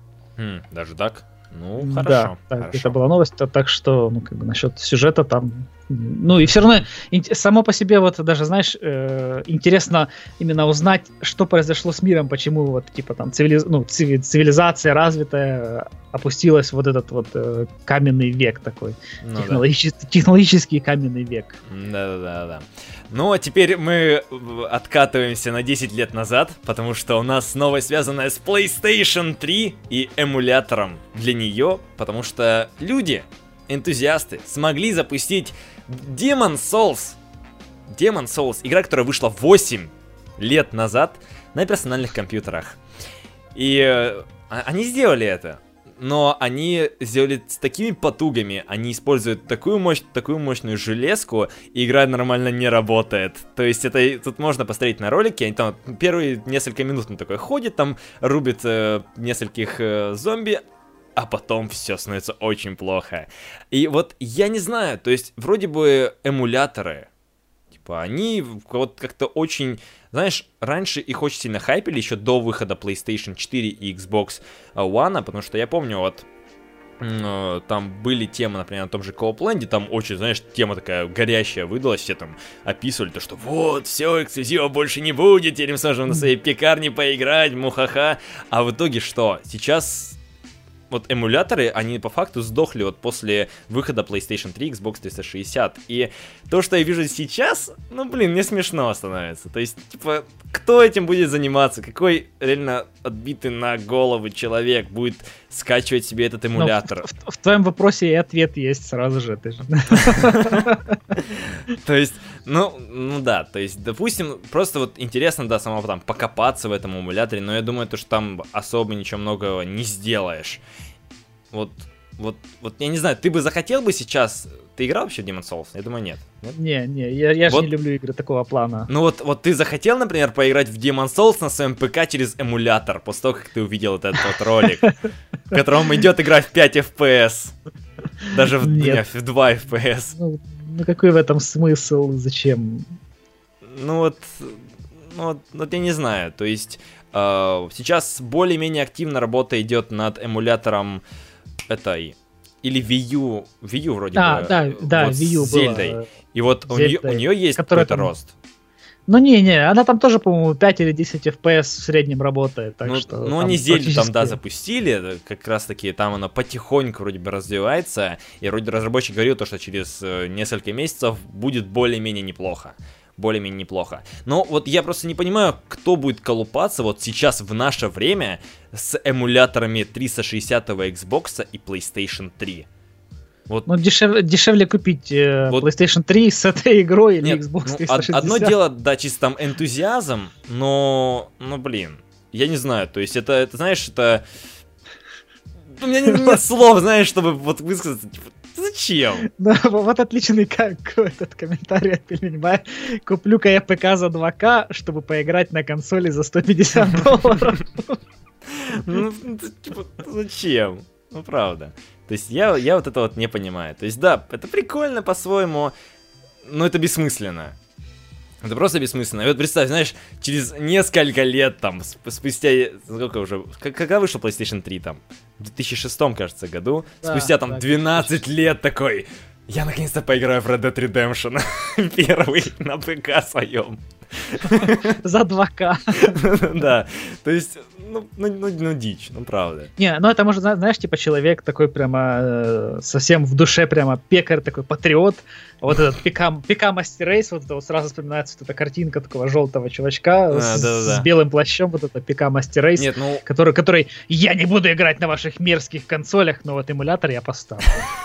Хм, даже так? Ну, хорошо. Да, так, хорошо. Это была новость, так что, ну, как бы насчет сюжета там... Ну, и все равно, само по себе, вот, даже, знаешь, э, интересно именно узнать, что произошло с миром, почему, вот, типа, там, цивилиз... ну, цивилизация развитая опустилась в вот этот вот э, каменный век такой, ну, технологический, да. технологический каменный век. Да-да-да. Ну, а теперь мы откатываемся на десять лет назад, потому что у нас новость, связанная с PlayStation три и эмулятором для нее, потому что люди, энтузиасты, смогли запустить Demon's Souls. Demon's Souls, игра, которая вышла восемь лет назад на персональных компьютерах. И э, они сделали это. Но они сделали с такими потугами, они используют такую, мощь, такую мощную железку, и игра нормально не работает. То есть это тут можно посмотреть на ролике, они там первые несколько минут он такой ходит, там рубит э, нескольких э, зомби, а потом все становится очень плохо. И вот я не знаю, то есть вроде бы эмуляторы, типа они вот как-то очень... Знаешь, раньше их очень сильно хайпили, еще до выхода PlayStation четыре и Xbox One, потому что я помню, вот, э, там были темы, например, на том же Coopland, там очень, знаешь, тема такая горящая выдалась, все там описывали то, что вот, все, эксклюзива больше не будет, теперь мы сможем на своей пекарне поиграть, мухаха. А в итоге что? Сейчас... Вот эмуляторы, они по факту сдохли вот после выхода PlayStation три, Xbox триста шестьдесят. И то, что я вижу сейчас, ну, блин, мне смешно становится. То есть, типа, кто этим будет заниматься? Какой реально отбитый на голову человек будет скачивать себе этот эмулятор? В, в, в твоем вопросе и ответ есть сразу же. Ты же. То есть, ну, ну да, то есть, допустим, просто вот интересно, да, самого там покопаться в этом эмуляторе, но я думаю, то, что там особо ничего многого не сделаешь. Вот, вот, вот, я не знаю, ты бы захотел бы сейчас... Ты играл вообще в Demon's Souls? Я думаю, нет. нет? Не, не, я, я вот, же не люблю игры такого плана. Ну вот, вот ты захотел, например, поиграть в Demon's Souls на своем ПК через эмулятор, после того, как ты увидел вот этот вот ролик, в котором идет игра в пять эф пи эс. Даже в, не, в два эф пи эс. Ну, ну какой в этом смысл? Зачем? Ну вот, ну вот, вот я не знаю, то есть э, сейчас более-менее активно работа идет над эмулятором этой, или Wii U, Wii U вроде а, бы, да, да, вот Wii U с Зельдой, была, и вот у нее, у нее есть какой-то там... рост. Ну не-не, она там тоже, по-моему, пять или десять эф пи эс в среднем работает, так ну, что... Ну они Зельду практически... там, да, запустили, как раз-таки там она потихоньку вроде бы развивается, и вроде разработчик говорил то, что через несколько месяцев будет более-менее неплохо. более-менее неплохо. Но вот я просто не понимаю, кто будет колупаться вот сейчас в наше время с эмуляторами триста шестидесятого Xbox и PlayStation три. Вот. Ну, дешев, дешевле купить э, вот. PlayStation три с этой игрой или Нет, Xbox триста шестьдесят. Ну, одно дело, да, чисто там энтузиазм, но, ну, блин, я не знаю, то есть это, это знаешь, это... У меня нет слов, знаешь, чтобы вот высказаться, типа, зачем? Да, вот отличный как этот комментарий от Пельменьбая. Куплю-ка я ПК за два ка, чтобы поиграть на консоли за сто пятьдесят долларов. Ну, типа, зачем? Ну, правда. То есть я, я вот это вот не понимаю. То есть да, это прикольно по-своему, но это бессмысленно. Это просто бессмысленно. И вот представь, знаешь, через несколько лет там, спустя... Сколько уже... Когда вышел PlayStation три там? В две тысячи шестом, кажется, году. Да, спустя там да, двенадцать лет такой... Я наконец-то поиграю в Red Dead Redemption. Первый на ПК своем. За два ка. Да, то есть, ну, ну, ну, ну, дичь, ну, правда. Не, ну это может, знаешь, типа человек такой прямо э, совсем в душе прямо пекарь, такой патриот. Вот этот ПК, ПК Master Race, вот это вот сразу вспоминается вот эта картинка такого желтого чувачка а, с, да, да. с белым плащом, вот это ПК Master Race, Нет, ну... который, который я не буду играть на ваших мерзких консолях, но вот эмулятор я поставлю.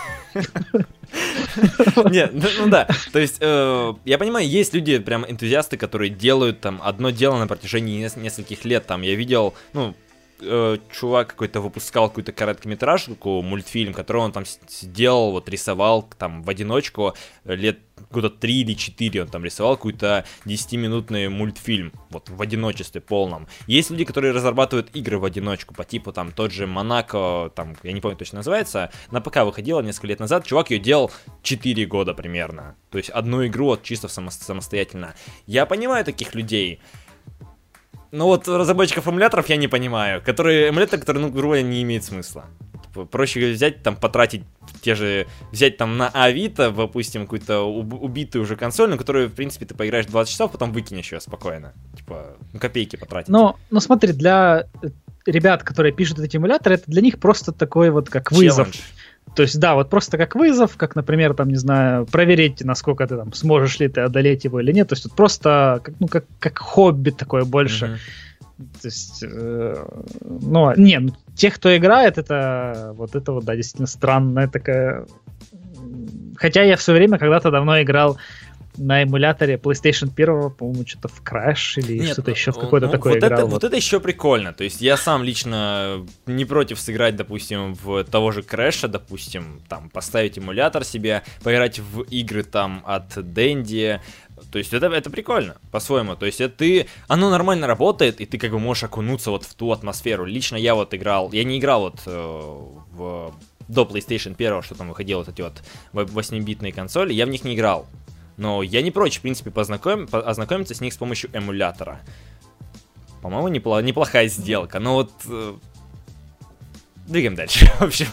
Нет, ну да, то есть, э, я понимаю, есть люди, прям энтузиасты, которые делают там одно дело на протяжении нес- нескольких лет, там, я видел, ну, э, чувак какой-то выпускал какую-то короткометражку, мультфильм, который он там сделал, вот рисовал там в одиночку лет года три или четыре, он там рисовал какой-то десятиминутный мультфильм, вот в одиночестве полном. Есть люди, которые разрабатывают игры в одиночку, по типу там тот же Монако, там, я не помню точно называется, на ПК выходила несколько лет назад, чувак ее делал четыре года примерно, то есть одну игру вот чисто само- самостоятельно. Я понимаю таких людей. Ну вот разработчиков эмуляторов я не понимаю, которые эмуляторы, которые, ну, грубо говоря, не имеют смысла. Типа, проще взять, там, потратить те же, взять там на Авито, допустим, какую-то уб- убитую уже консоль, на которую, в принципе, ты поиграешь двадцать часов, потом выкинешь ее спокойно. Типа, ну, копейки потратить. Но, ну смотри, для ребят, которые пишут эти эмуляторы, это для них просто такой вот как вызов. Челлендж. То есть, да, вот просто как вызов, как, например, там, не знаю, проверить, насколько ты там, сможешь ли ты одолеть его или нет. То есть, вот просто, как, ну, как, как хобби такое больше. Mm-hmm. То есть, э, ну, не, ну, тех, кто играет, это вот это вот, да, действительно странная такая... Хотя я все время когда-то давно играл на эмуляторе PlayStation один, по-моему, что-то в Crash или Нет, что-то еще в какой-то ну, такой вот играл. Это, вот. вот это еще прикольно. То есть я сам лично не против сыграть, допустим, в того же Crash, допустим, там, поставить эмулятор себе, поиграть в игры там от Dendy. То есть это, это прикольно, по-своему. То есть это ты, оно нормально работает, и ты как бы можешь окунуться вот в ту атмосферу. Лично я вот играл, я не играл вот э, в... до PlayStation один, что там выходило вот эти вот восьмибитные консоли, я в них не играл. Но я не прочь, в принципе, познаком... ознакомиться с них с помощью эмулятора. По-моему, непло... неплохая сделка. Но вот... Э... Двигаем дальше, в общем.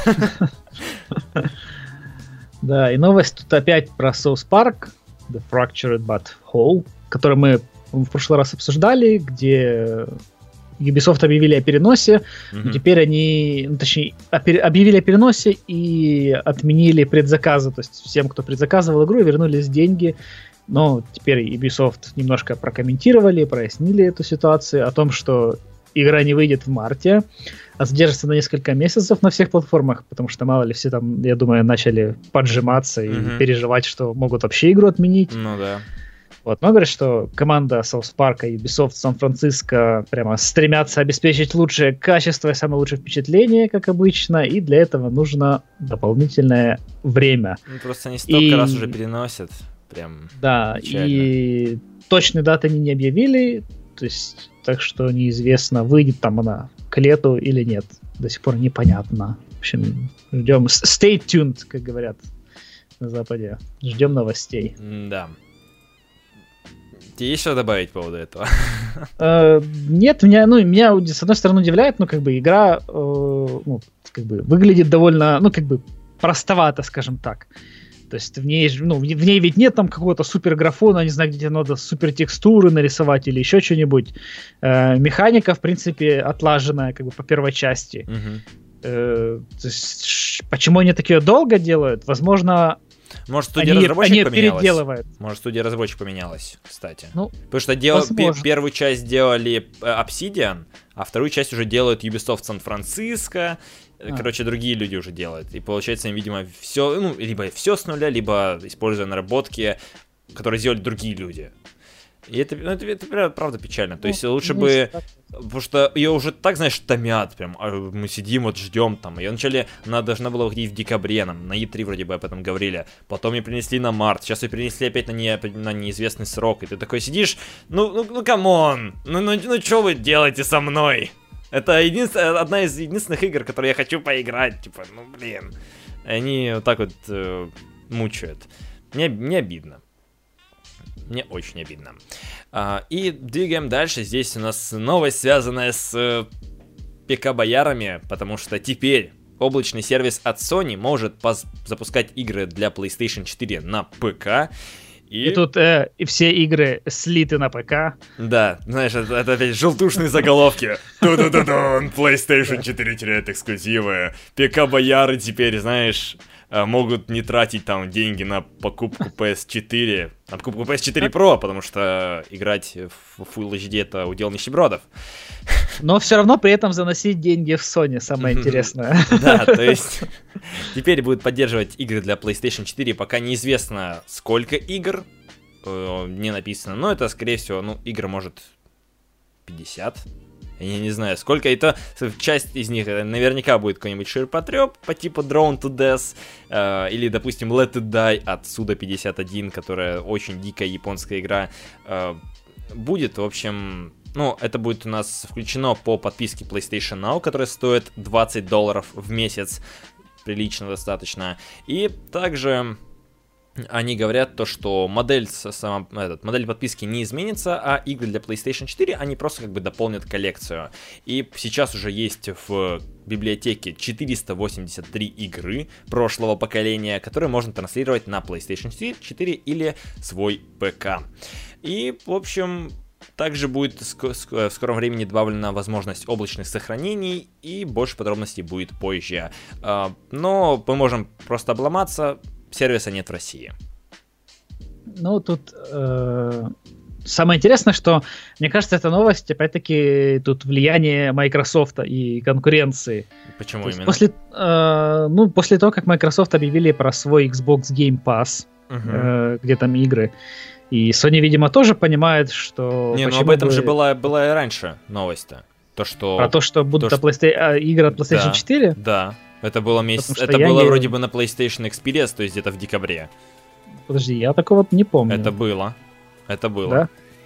Да, и новость тут опять про South Park, The Fractured But Whole, который мы в прошлый раз обсуждали, где... Ubisoft объявили о переносе, mm-hmm. но теперь они, ну, точнее, объявили о переносе и отменили предзаказы. То есть всем, кто предзаказывал игру, вернулись деньги. Но теперь Ubisoft немножко прокомментировали, прояснили эту ситуацию о том, что игра не выйдет в марте, а задержится на несколько месяцев на всех платформах, потому что, мало ли, все там, я думаю, начали поджиматься mm-hmm. и переживать, что могут вообще игру отменить. Ну да. Вот, но говорят, что команда South Park и Ubisoft Сан-Франциско прямо стремятся обеспечить лучшее качество и самое лучшее впечатление, как обычно, и для этого нужно дополнительное время. Ну, просто они столько и... раз уже переносят, прям да, печально. И точной даты они не объявили, то есть, так что неизвестно, выйдет там она к лету или нет. До сих пор непонятно. В общем, ждем. Stay tuned, как говорят на Западе. Ждем новостей. Да. Есть что добавить по поводу этого? Uh, нет, меня, ну, меня с одной стороны удивляет, ну, как бы игра uh, ну, как бы выглядит довольно, ну, как бы простовато, скажем так. То есть в ней, ну, в ней ведь нет там какого-то супер графона, не знаю, где тебе надо супер текстуры нарисовать или еще что-нибудь. Uh, механика, в принципе, отлаженная, как бы по первой части. Uh-huh. Uh, то есть, почему они такие долго делают? Возможно, Может, студия-разработчик они поменялась? Переделывают. Может, студия-разработчик поменялась, кстати. Ну, потому что дел... первую часть делали Obsidian, а вторую часть уже делают Ubisoft Сан-Франциско. А. Короче, другие люди уже делают. И получается, им, видимо, все, ну, либо все с нуля, либо используя наработки, которые сделали другие люди. И это, ну, это, это правда печально. То ну, есть лучше бы... Так. Потому что ее уже так, знаешь, томят прям. Мы сидим, вот ждем там. Ее вначале она должна была выходить в декабре, нам на и три вроде бы об этом говорили. Потом ее принесли на март. Сейчас ее принесли опять на, не, на неизвестный срок. И ты такой сидишь, ну, ну, ну, камон. Ну, ну, ну, что вы делаете со мной? Это единственная, одна из единственных игр, которые я хочу поиграть. Типа, ну, блин. Они вот так вот э, мучают. Мне, мне обидно. Мне очень обидно. А, и двигаем дальше. Здесь у нас новость, связанная с э, пи си-боярами, потому что теперь облачный сервис от Sony может поз- запускать игры для PlayStation четыре на ПК. И, и тут э, и все игры слиты на ПК. Да, знаешь, это, это опять желтушные заголовки. Ту-ду-ду-дун, PlayStation четыре теряет эксклюзивы. пи си-бояры теперь, знаешь... могут не тратить там деньги на покупку пи эс четыре, на покупку пи эс четыре Pro, потому что играть в Full эйч ди это удел нищебродов. Но все равно при этом заносить деньги в Sony, самое интересное. Да, то есть теперь будет поддерживать игры для PlayStation четыре, пока неизвестно сколько игр, не написано, но это скорее всего, ну, игр может пятьдесят. Я не знаю, сколько это, часть из них наверняка будет какой-нибудь ширпотреб по типу Drone to Death, э, или, допустим, Let It Die от Суда пятьдесят один, которая очень дикая японская игра, э, будет, в общем, ну, это будет у нас включено по подписке PlayStation Now, которая стоит двадцать долларов в месяц, прилично достаточно, и также... Они говорят то, что модель, сама, этот, модель подписки не изменится, а игры для PlayStation четыре, они просто как бы дополнят коллекцию. И сейчас уже есть в библиотеке четыреста восемьдесят три игры прошлого поколения, которые можно транслировать на PlayStation четыре или свой ПК. И, в общем... Также будет в скором времени добавлена возможность облачных сохранений, и больше подробностей будет позже. Но мы можем просто обломаться, сервиса нет в России. Ну, тут э, самое интересное, что, мне кажется, эта новость, опять-таки, тут влияние Microsoft и конкуренции. Почему именно? После, э, ну, после того, как Microsoft объявили про свой Xbox Game Pass, uh-huh. э, где там игры, и Sony, видимо, тоже понимает, что... Не, ну об этом бы... же была, была и раньше новость-то. То, что... Про то, что будут то, что... Play... игры от PlayStation да, четыре? Да, это было месяц... Это было не... вроде бы на PlayStation Experience, то есть где-то в декабре. Подожди, я такого не помню. Это было. Это было.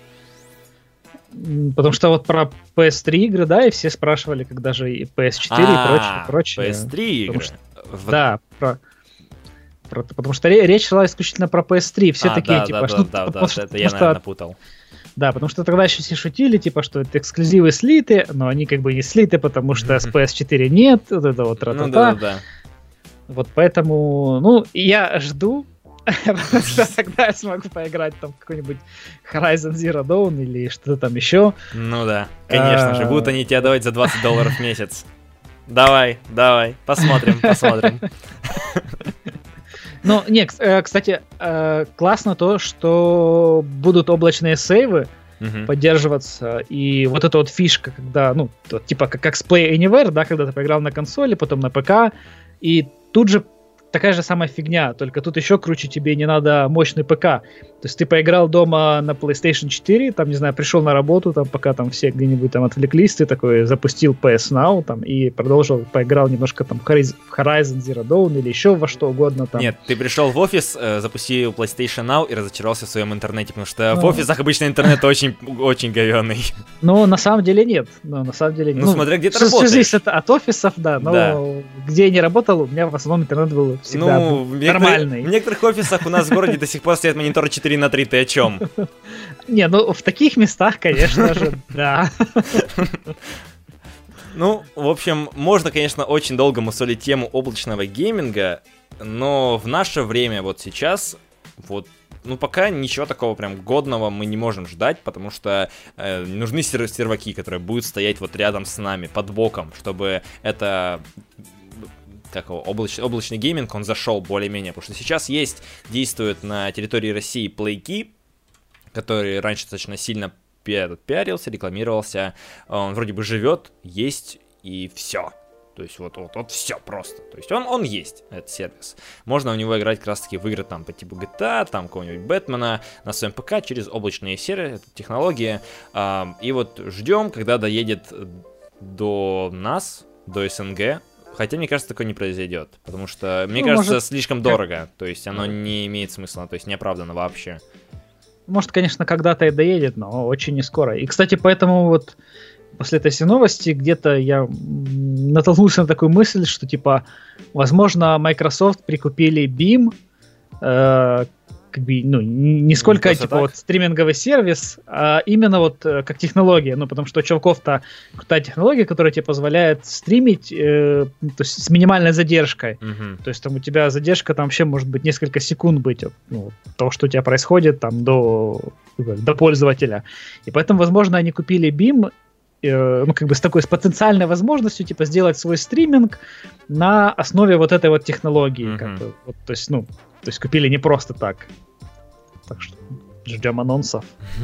Да? Потому что вот про пи эс три игры, да, и все спрашивали, когда же и пи эс четыре и прочее, прочее. пи эс три игры? Что... В... Да, про... Про, потому что речь шла исключительно про пи эс три. Все а, такие, да, типа, да, что... Да, да, да, что, это я, что, наверное, путал. Да, потому что тогда еще все шутили, типа, что это эксклюзивы слиты, но они как бы не слиты, потому что с пи эс четыре нет, вот это вот тра-та-та. Ну да, да, да. Вот поэтому, ну, я жду, что тогда я смогу поиграть там в какой-нибудь Horizon Zero Dawn или что-то там еще. Ну да, конечно же, будут они тебе давать за двадцать долларов в месяц. Давай, давай, посмотрим, посмотрим. Ну, не, кстати, классно то, что будут облачные сейвы uh-huh. поддерживаться, и вот эта вот фишка, когда, ну, типа как, как с Play Anywhere, да, когда ты поиграл на консоли, потом на ПК, и тут же такая же самая фигня, только тут еще круче, тебе не надо мощный ПК. То есть ты поиграл дома на PlayStation четыре, там, не знаю, пришел на работу, там, пока там все где-нибудь там отвлеклись, ты такой запустил пи эс Now там, и продолжил, поиграл немножко там в Horizon Zero Dawn или еще во что угодно там. Нет, ты пришел в офис, э, запустил PlayStation Now и разочаровался в своем интернете, потому что ну... в офисах обычно интернет очень, очень говёный. Ну, на самом деле нет. Ну, на самом деле, ну, ну смотря где ты работаешь. Все зависит от офисов, да, но да. где я не работал, у меня в основном интернет был всегда ну, был нормальный. В некоторых офисах у нас в городе до сих пор стоят мониторы четыре на три, ты о чем? Не, ну в таких местах, конечно же, да. Ну, в общем, можно, конечно, очень долго мусолить тему облачного гейминга, но в наше время, вот сейчас, вот, ну, пока ничего такого прям годного мы не можем ждать, потому что э, нужны сер- серваки, которые будут стоять вот рядом с нами, под боком, чтобы это... как его, облач, облачный гейминг, он зашел более-менее, потому что сейчас есть, действует на территории России PlayKey, который раньше достаточно сильно пи- пиарился, рекламировался, он вроде бы живет, есть и все. То есть вот, вот, вот все просто. То есть он, он есть, этот сервис. Можно у него играть как раз таки в игры там по типу джи ти эй, там какого-нибудь Бэтмена на своем ПК через облачные серверы, это технологии. А, и вот ждем, когда доедет до нас, до СНГ. Хотя, мне кажется, такое не произойдет. Потому что, мне ну, кажется, может, слишком дорого. То есть оно не имеет смысла, то есть неоправданно вообще. Может, конечно, когда-то и доедет, но очень не скоро. И, кстати, поэтому вот после этой всей новости где-то я натолкнулся на такую мысль, что, типа, возможно, Microsoft прикупили Beam, э, как бы, ну, не сколько, не типа, вот, стриминговый сервис, а именно вот э, как технология, ну, потому что у чуваков-то крутая технология, которая тебе позволяет стримить, э, то есть с минимальной задержкой. Mm-hmm. То есть там у тебя задержка там вообще может быть несколько секунд быть от ну, того, что у тебя происходит там до, до пользователя. И поэтому, возможно, они купили Beam, ну, как бы с такой, с потенциальной возможностью, типа, сделать свой стриминг на основе вот этой вот технологии. Mm-hmm. Как бы, вот, то есть, ну, то есть купили не просто так. Так что ждем анонсов.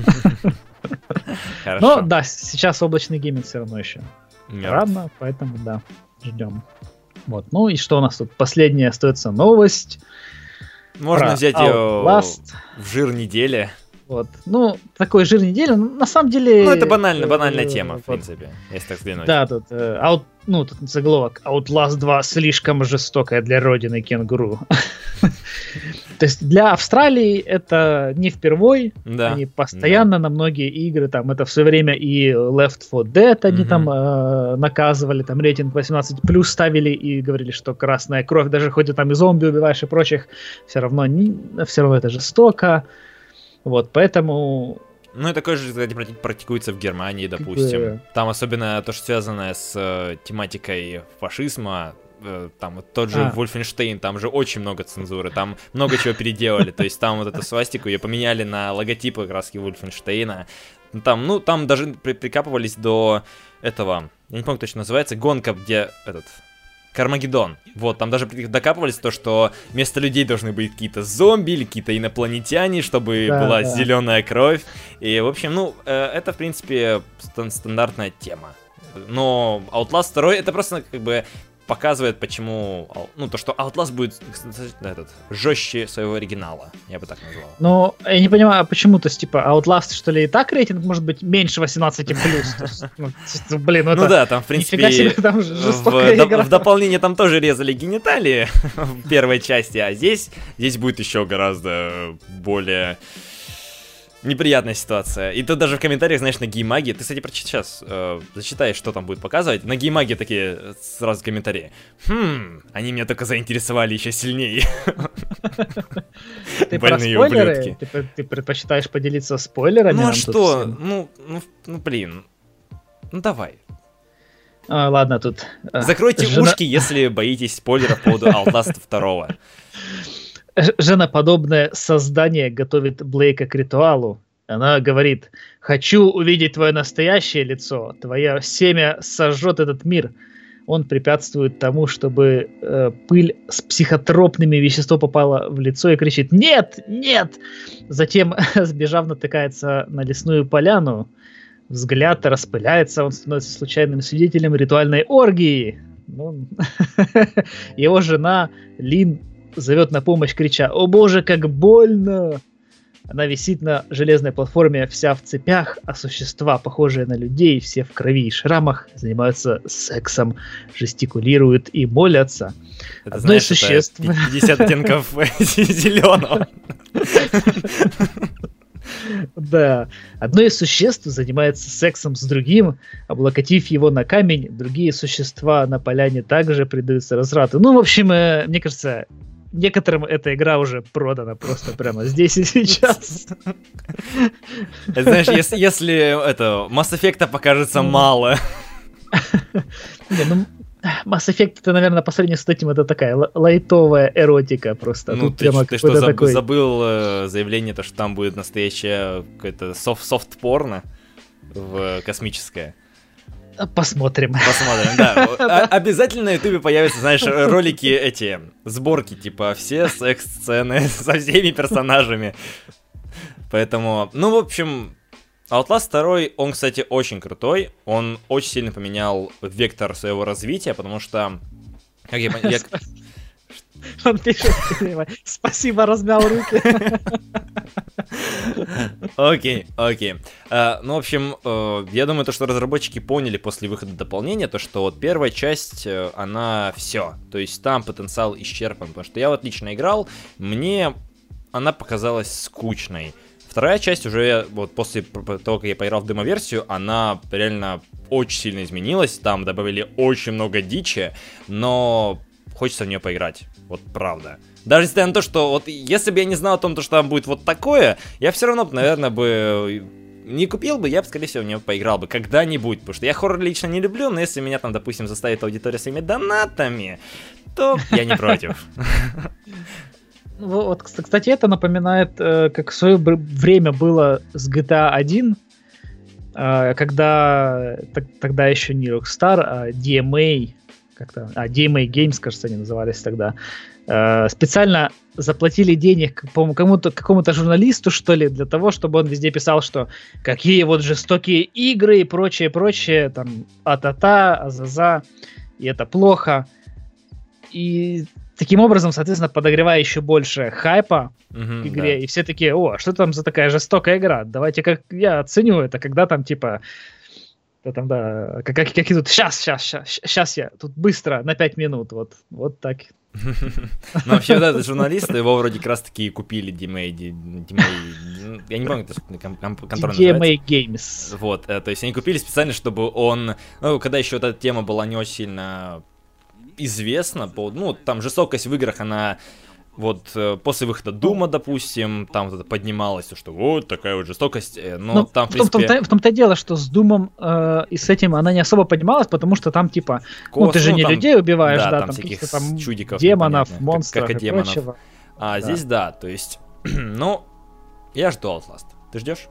Но, да, сейчас облачный гейминг все равно еще рано, поэтому, да, ждем. Вот, ну и что у нас тут? Последняя остается новость. Можно взять ее в жир недели. Вот. Ну, такой жир недели, на самом деле... Ну, это банально, банальная тема, в принципе, если так взглянуть. Да, тут, э, аут, ну, тут заголовок Outlast два слишком жестокая для родины кенгуру. То есть для Австралии это не впервой, они постоянно на многие игры, там, это все время и Left four Dead они там наказывали, там рейтинг восемнадцать плюс ставили и говорили, что красная кровь, даже хоть ты там и зомби убиваешь и прочих, все равно, все равно это жестоко. Вот, поэтому... Ну, и такое же, кстати, практикуется в Германии, допустим. Как бы... Там особенно то, что связано с э, тематикой фашизма, э, там вот тот же а. Wolfenstein, там же очень много цензуры, там много чего переделали. То есть там вот эту свастику ее поменяли на логотипы как раз Wolfenstein. Там, ну, там даже при- прикапывались до этого, я не помню, точно называется, гонка, где этот... Кармагеддон. Вот, там даже докапывались то, что вместо людей должны быть какие-то зомби или какие-то инопланетяне, чтобы да, была да. зеленая кровь. И, в общем, ну, это, в принципе, стандартная тема. Но Outlast два это просто, как бы, показывает, почему, ну, то, что Outlast будет этот, жестче своего оригинала, я бы так назвал. Ну, я не понимаю, почему, то есть, типа, Outlast, что ли, и так рейтинг может быть меньше восемнадцать плюс? Ну, блин, ну, ну да, там, в принципе, себе, там в, в дополнение там тоже резали гениталии в первой части, а здесь, здесь будет еще гораздо более... неприятная ситуация. И тут даже в комментариях, знаешь, на геймаге, ты, кстати, прочитай сейчас, э, зачитай, что там будет показывать. На геймаге такие сразу комментарии. Хм, они меня только заинтересовали еще сильнее. Ты про спойлеры? Ты предпочитаешь поделиться спойлерами? Ну а что? Ну, ну, блин. Ну давай. Ладно, тут... Закройте ушки, если боитесь спойлеров по поводу Outlast два. Женоподобное создание готовит Блейка к ритуалу. Она говорит: «Хочу увидеть твое настоящее лицо. Твое семя сожжет этот мир». Он препятствует тому, чтобы э, пыль с психотропными веществами попала в лицо и кричит: «Нет! Нет!». Затем, сбежав, натыкается на лесную поляну. Взгляд распыляется, он становится случайным свидетелем ритуальной оргии. Его жена Лин зовет на помощь, крича: «О боже, как больно!». Она висит на железной платформе, вся в цепях, а существа, похожие на людей, все в крови и шрамах, занимаются сексом, жестикулируют и молятся. Это, одно знаешь, из существ... это пятьдесят оттенков зеленого. Да. Одно из существ занимается сексом с другим, облокотив его на камень. Другие существа на поляне также предаются разврату. Ну, в общем, мне кажется... Некоторым эта игра уже продана просто прямо здесь и сейчас. Знаешь, если, если это Mass Effect покажется мало. Не, ну, Mass Effect, это, наверное, по сравнению с этим, это такая лайтовая эротика просто. Ну, ты, ты что, заб, такой... забыл э, заявление, то, что там будет настоящее какое-то софт-порно в космическое? Посмотрим. Посмотрим, да. Обязательно на ютубе появятся, знаешь, ролики эти, сборки, типа, все секс-сцены со всеми персонажами. Поэтому, ну, в общем, Outlast два, он, кстати, очень крутой. Он очень сильно поменял вектор своего развития, потому что... Как я понял... Он пишет, спасибо, размял руки. Окей, окей. Ну, в общем, uh, я думаю, то, что разработчики поняли после выхода дополнения, то, что вот первая часть, uh, она все. То есть там потенциал исчерпан. Потому что я вот лично играл, мне она показалась скучной. Вторая часть уже, вот после того, как я поиграл в демо-версию, она реально очень сильно изменилась. Там добавили очень много дичи, но хочется в нее поиграть. Вот правда. Даже несмотря на то, что вот если бы я не знал о том, что там будет вот такое, я все равно, наверное, бы не купил бы, я бы, скорее всего, в нее поиграл бы когда-нибудь. Потому что я хоррор лично не люблю, но если меня там, допустим, заставит аудитория своими донатами, то я не против. Вот, кстати, это напоминает, как в свое время было с джи ти эй один, когда тогда еще не Rockstar, а ди эм эй, как-то, а, ди эм эй Games, кажется, они назывались тогда, специально заплатили денег, по-моему, кому-то, какому-то журналисту, что ли, для того, чтобы он везде писал, что какие вот жестокие игры и прочее, прочее, там, а-та-та, а-за-за, и это плохо. И таким образом, соответственно, подогревая еще больше хайпа mm-hmm, к игре, да. И все такие, о, что там за такая жестокая игра? Давайте, как я оценю это, когда там, типа, да, там, да, как, как, как идут, сейчас, сейчас, сейчас, сейчас я, тут быстро, на пять минут, вот, вот так. Ну, вообще, да, журналисты, его вроде как раз-таки купили ди эм эй, ди эм эй, я не помню, как контроль называется. ди эм эй Games. Вот, то есть они купили специально, чтобы он, ну, когда еще эта тема была не очень сильно известна, ну, там жестокость в играх, она вот после выхода Дума, допустим, там вот это поднималось, что вот такая вот жестокость, но, но там, в принципе... В том-то, в том-то дело, что с Думом э, и с этим она не особо поднималась, потому что там, типа, Кос, ну, ты же ну, не там, людей убиваешь, да, да там, там каких-то там чудиков, демонов, монстров как, как и, и прочего. А да. Здесь, да, то есть, ну, я жду Outlast. Ты ждешь?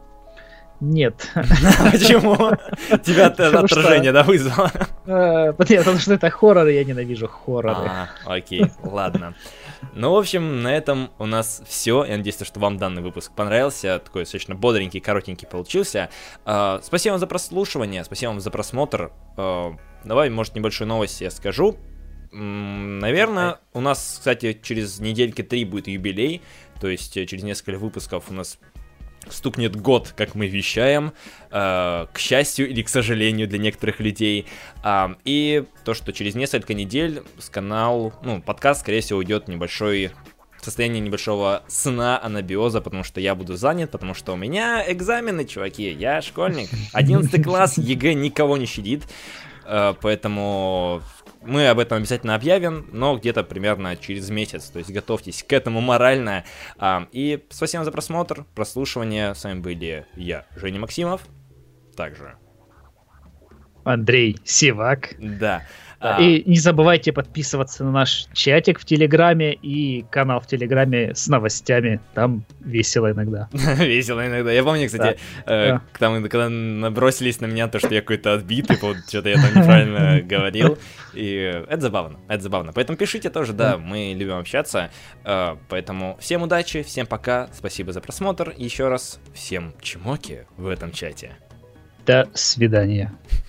Нет. Почему? Тебя отражение, да, вызвало? Потому что это хорроры, я ненавижу хорроры. А, окей, ладно. Ну, в общем, на этом у нас все. Я надеюсь, что вам данный выпуск понравился. Такой достаточно бодренький, коротенький получился. Uh, спасибо вам за прослушивание, спасибо вам за просмотр. Uh, давай, может, небольшую новость я скажу. Mm, наверное, у нас, кстати, через недельки три будет юбилей. То есть через несколько выпусков у нас стукнет год, как мы вещаем, э, к счастью или к сожалению для некоторых людей. Э, и то, что через несколько недель с канал, ну, подкаст, скорее всего, уйдет в небольшой состояние небольшого сна анабиоза, потому что я буду занят, потому что у меня экзамены, чуваки, я школьник. одиннадцатый класс, ЕГЭ никого не щадит, э, поэтому... Мы об этом обязательно объявим, но где-то примерно через месяц. То есть готовьтесь к этому морально. А, и спасибо за просмотр, прослушивание. С вами были я, Женя Максимов. Также Андрей Сивак. Да. И не забывайте подписываться на наш чатик в Телеграме и канал в Телеграме с новостями. Там весело иногда. Весело иногда. Я помню, кстати, да. э, да. Там, когда набросились на меня то, что я какой-то отбитый, вот что-то я там неправильно говорил. И это забавно, это забавно. Поэтому пишите тоже, да, мы любим общаться. Э, поэтому всем удачи, всем пока, спасибо за просмотр. И еще раз всем чмоки в этом чате. До свидания.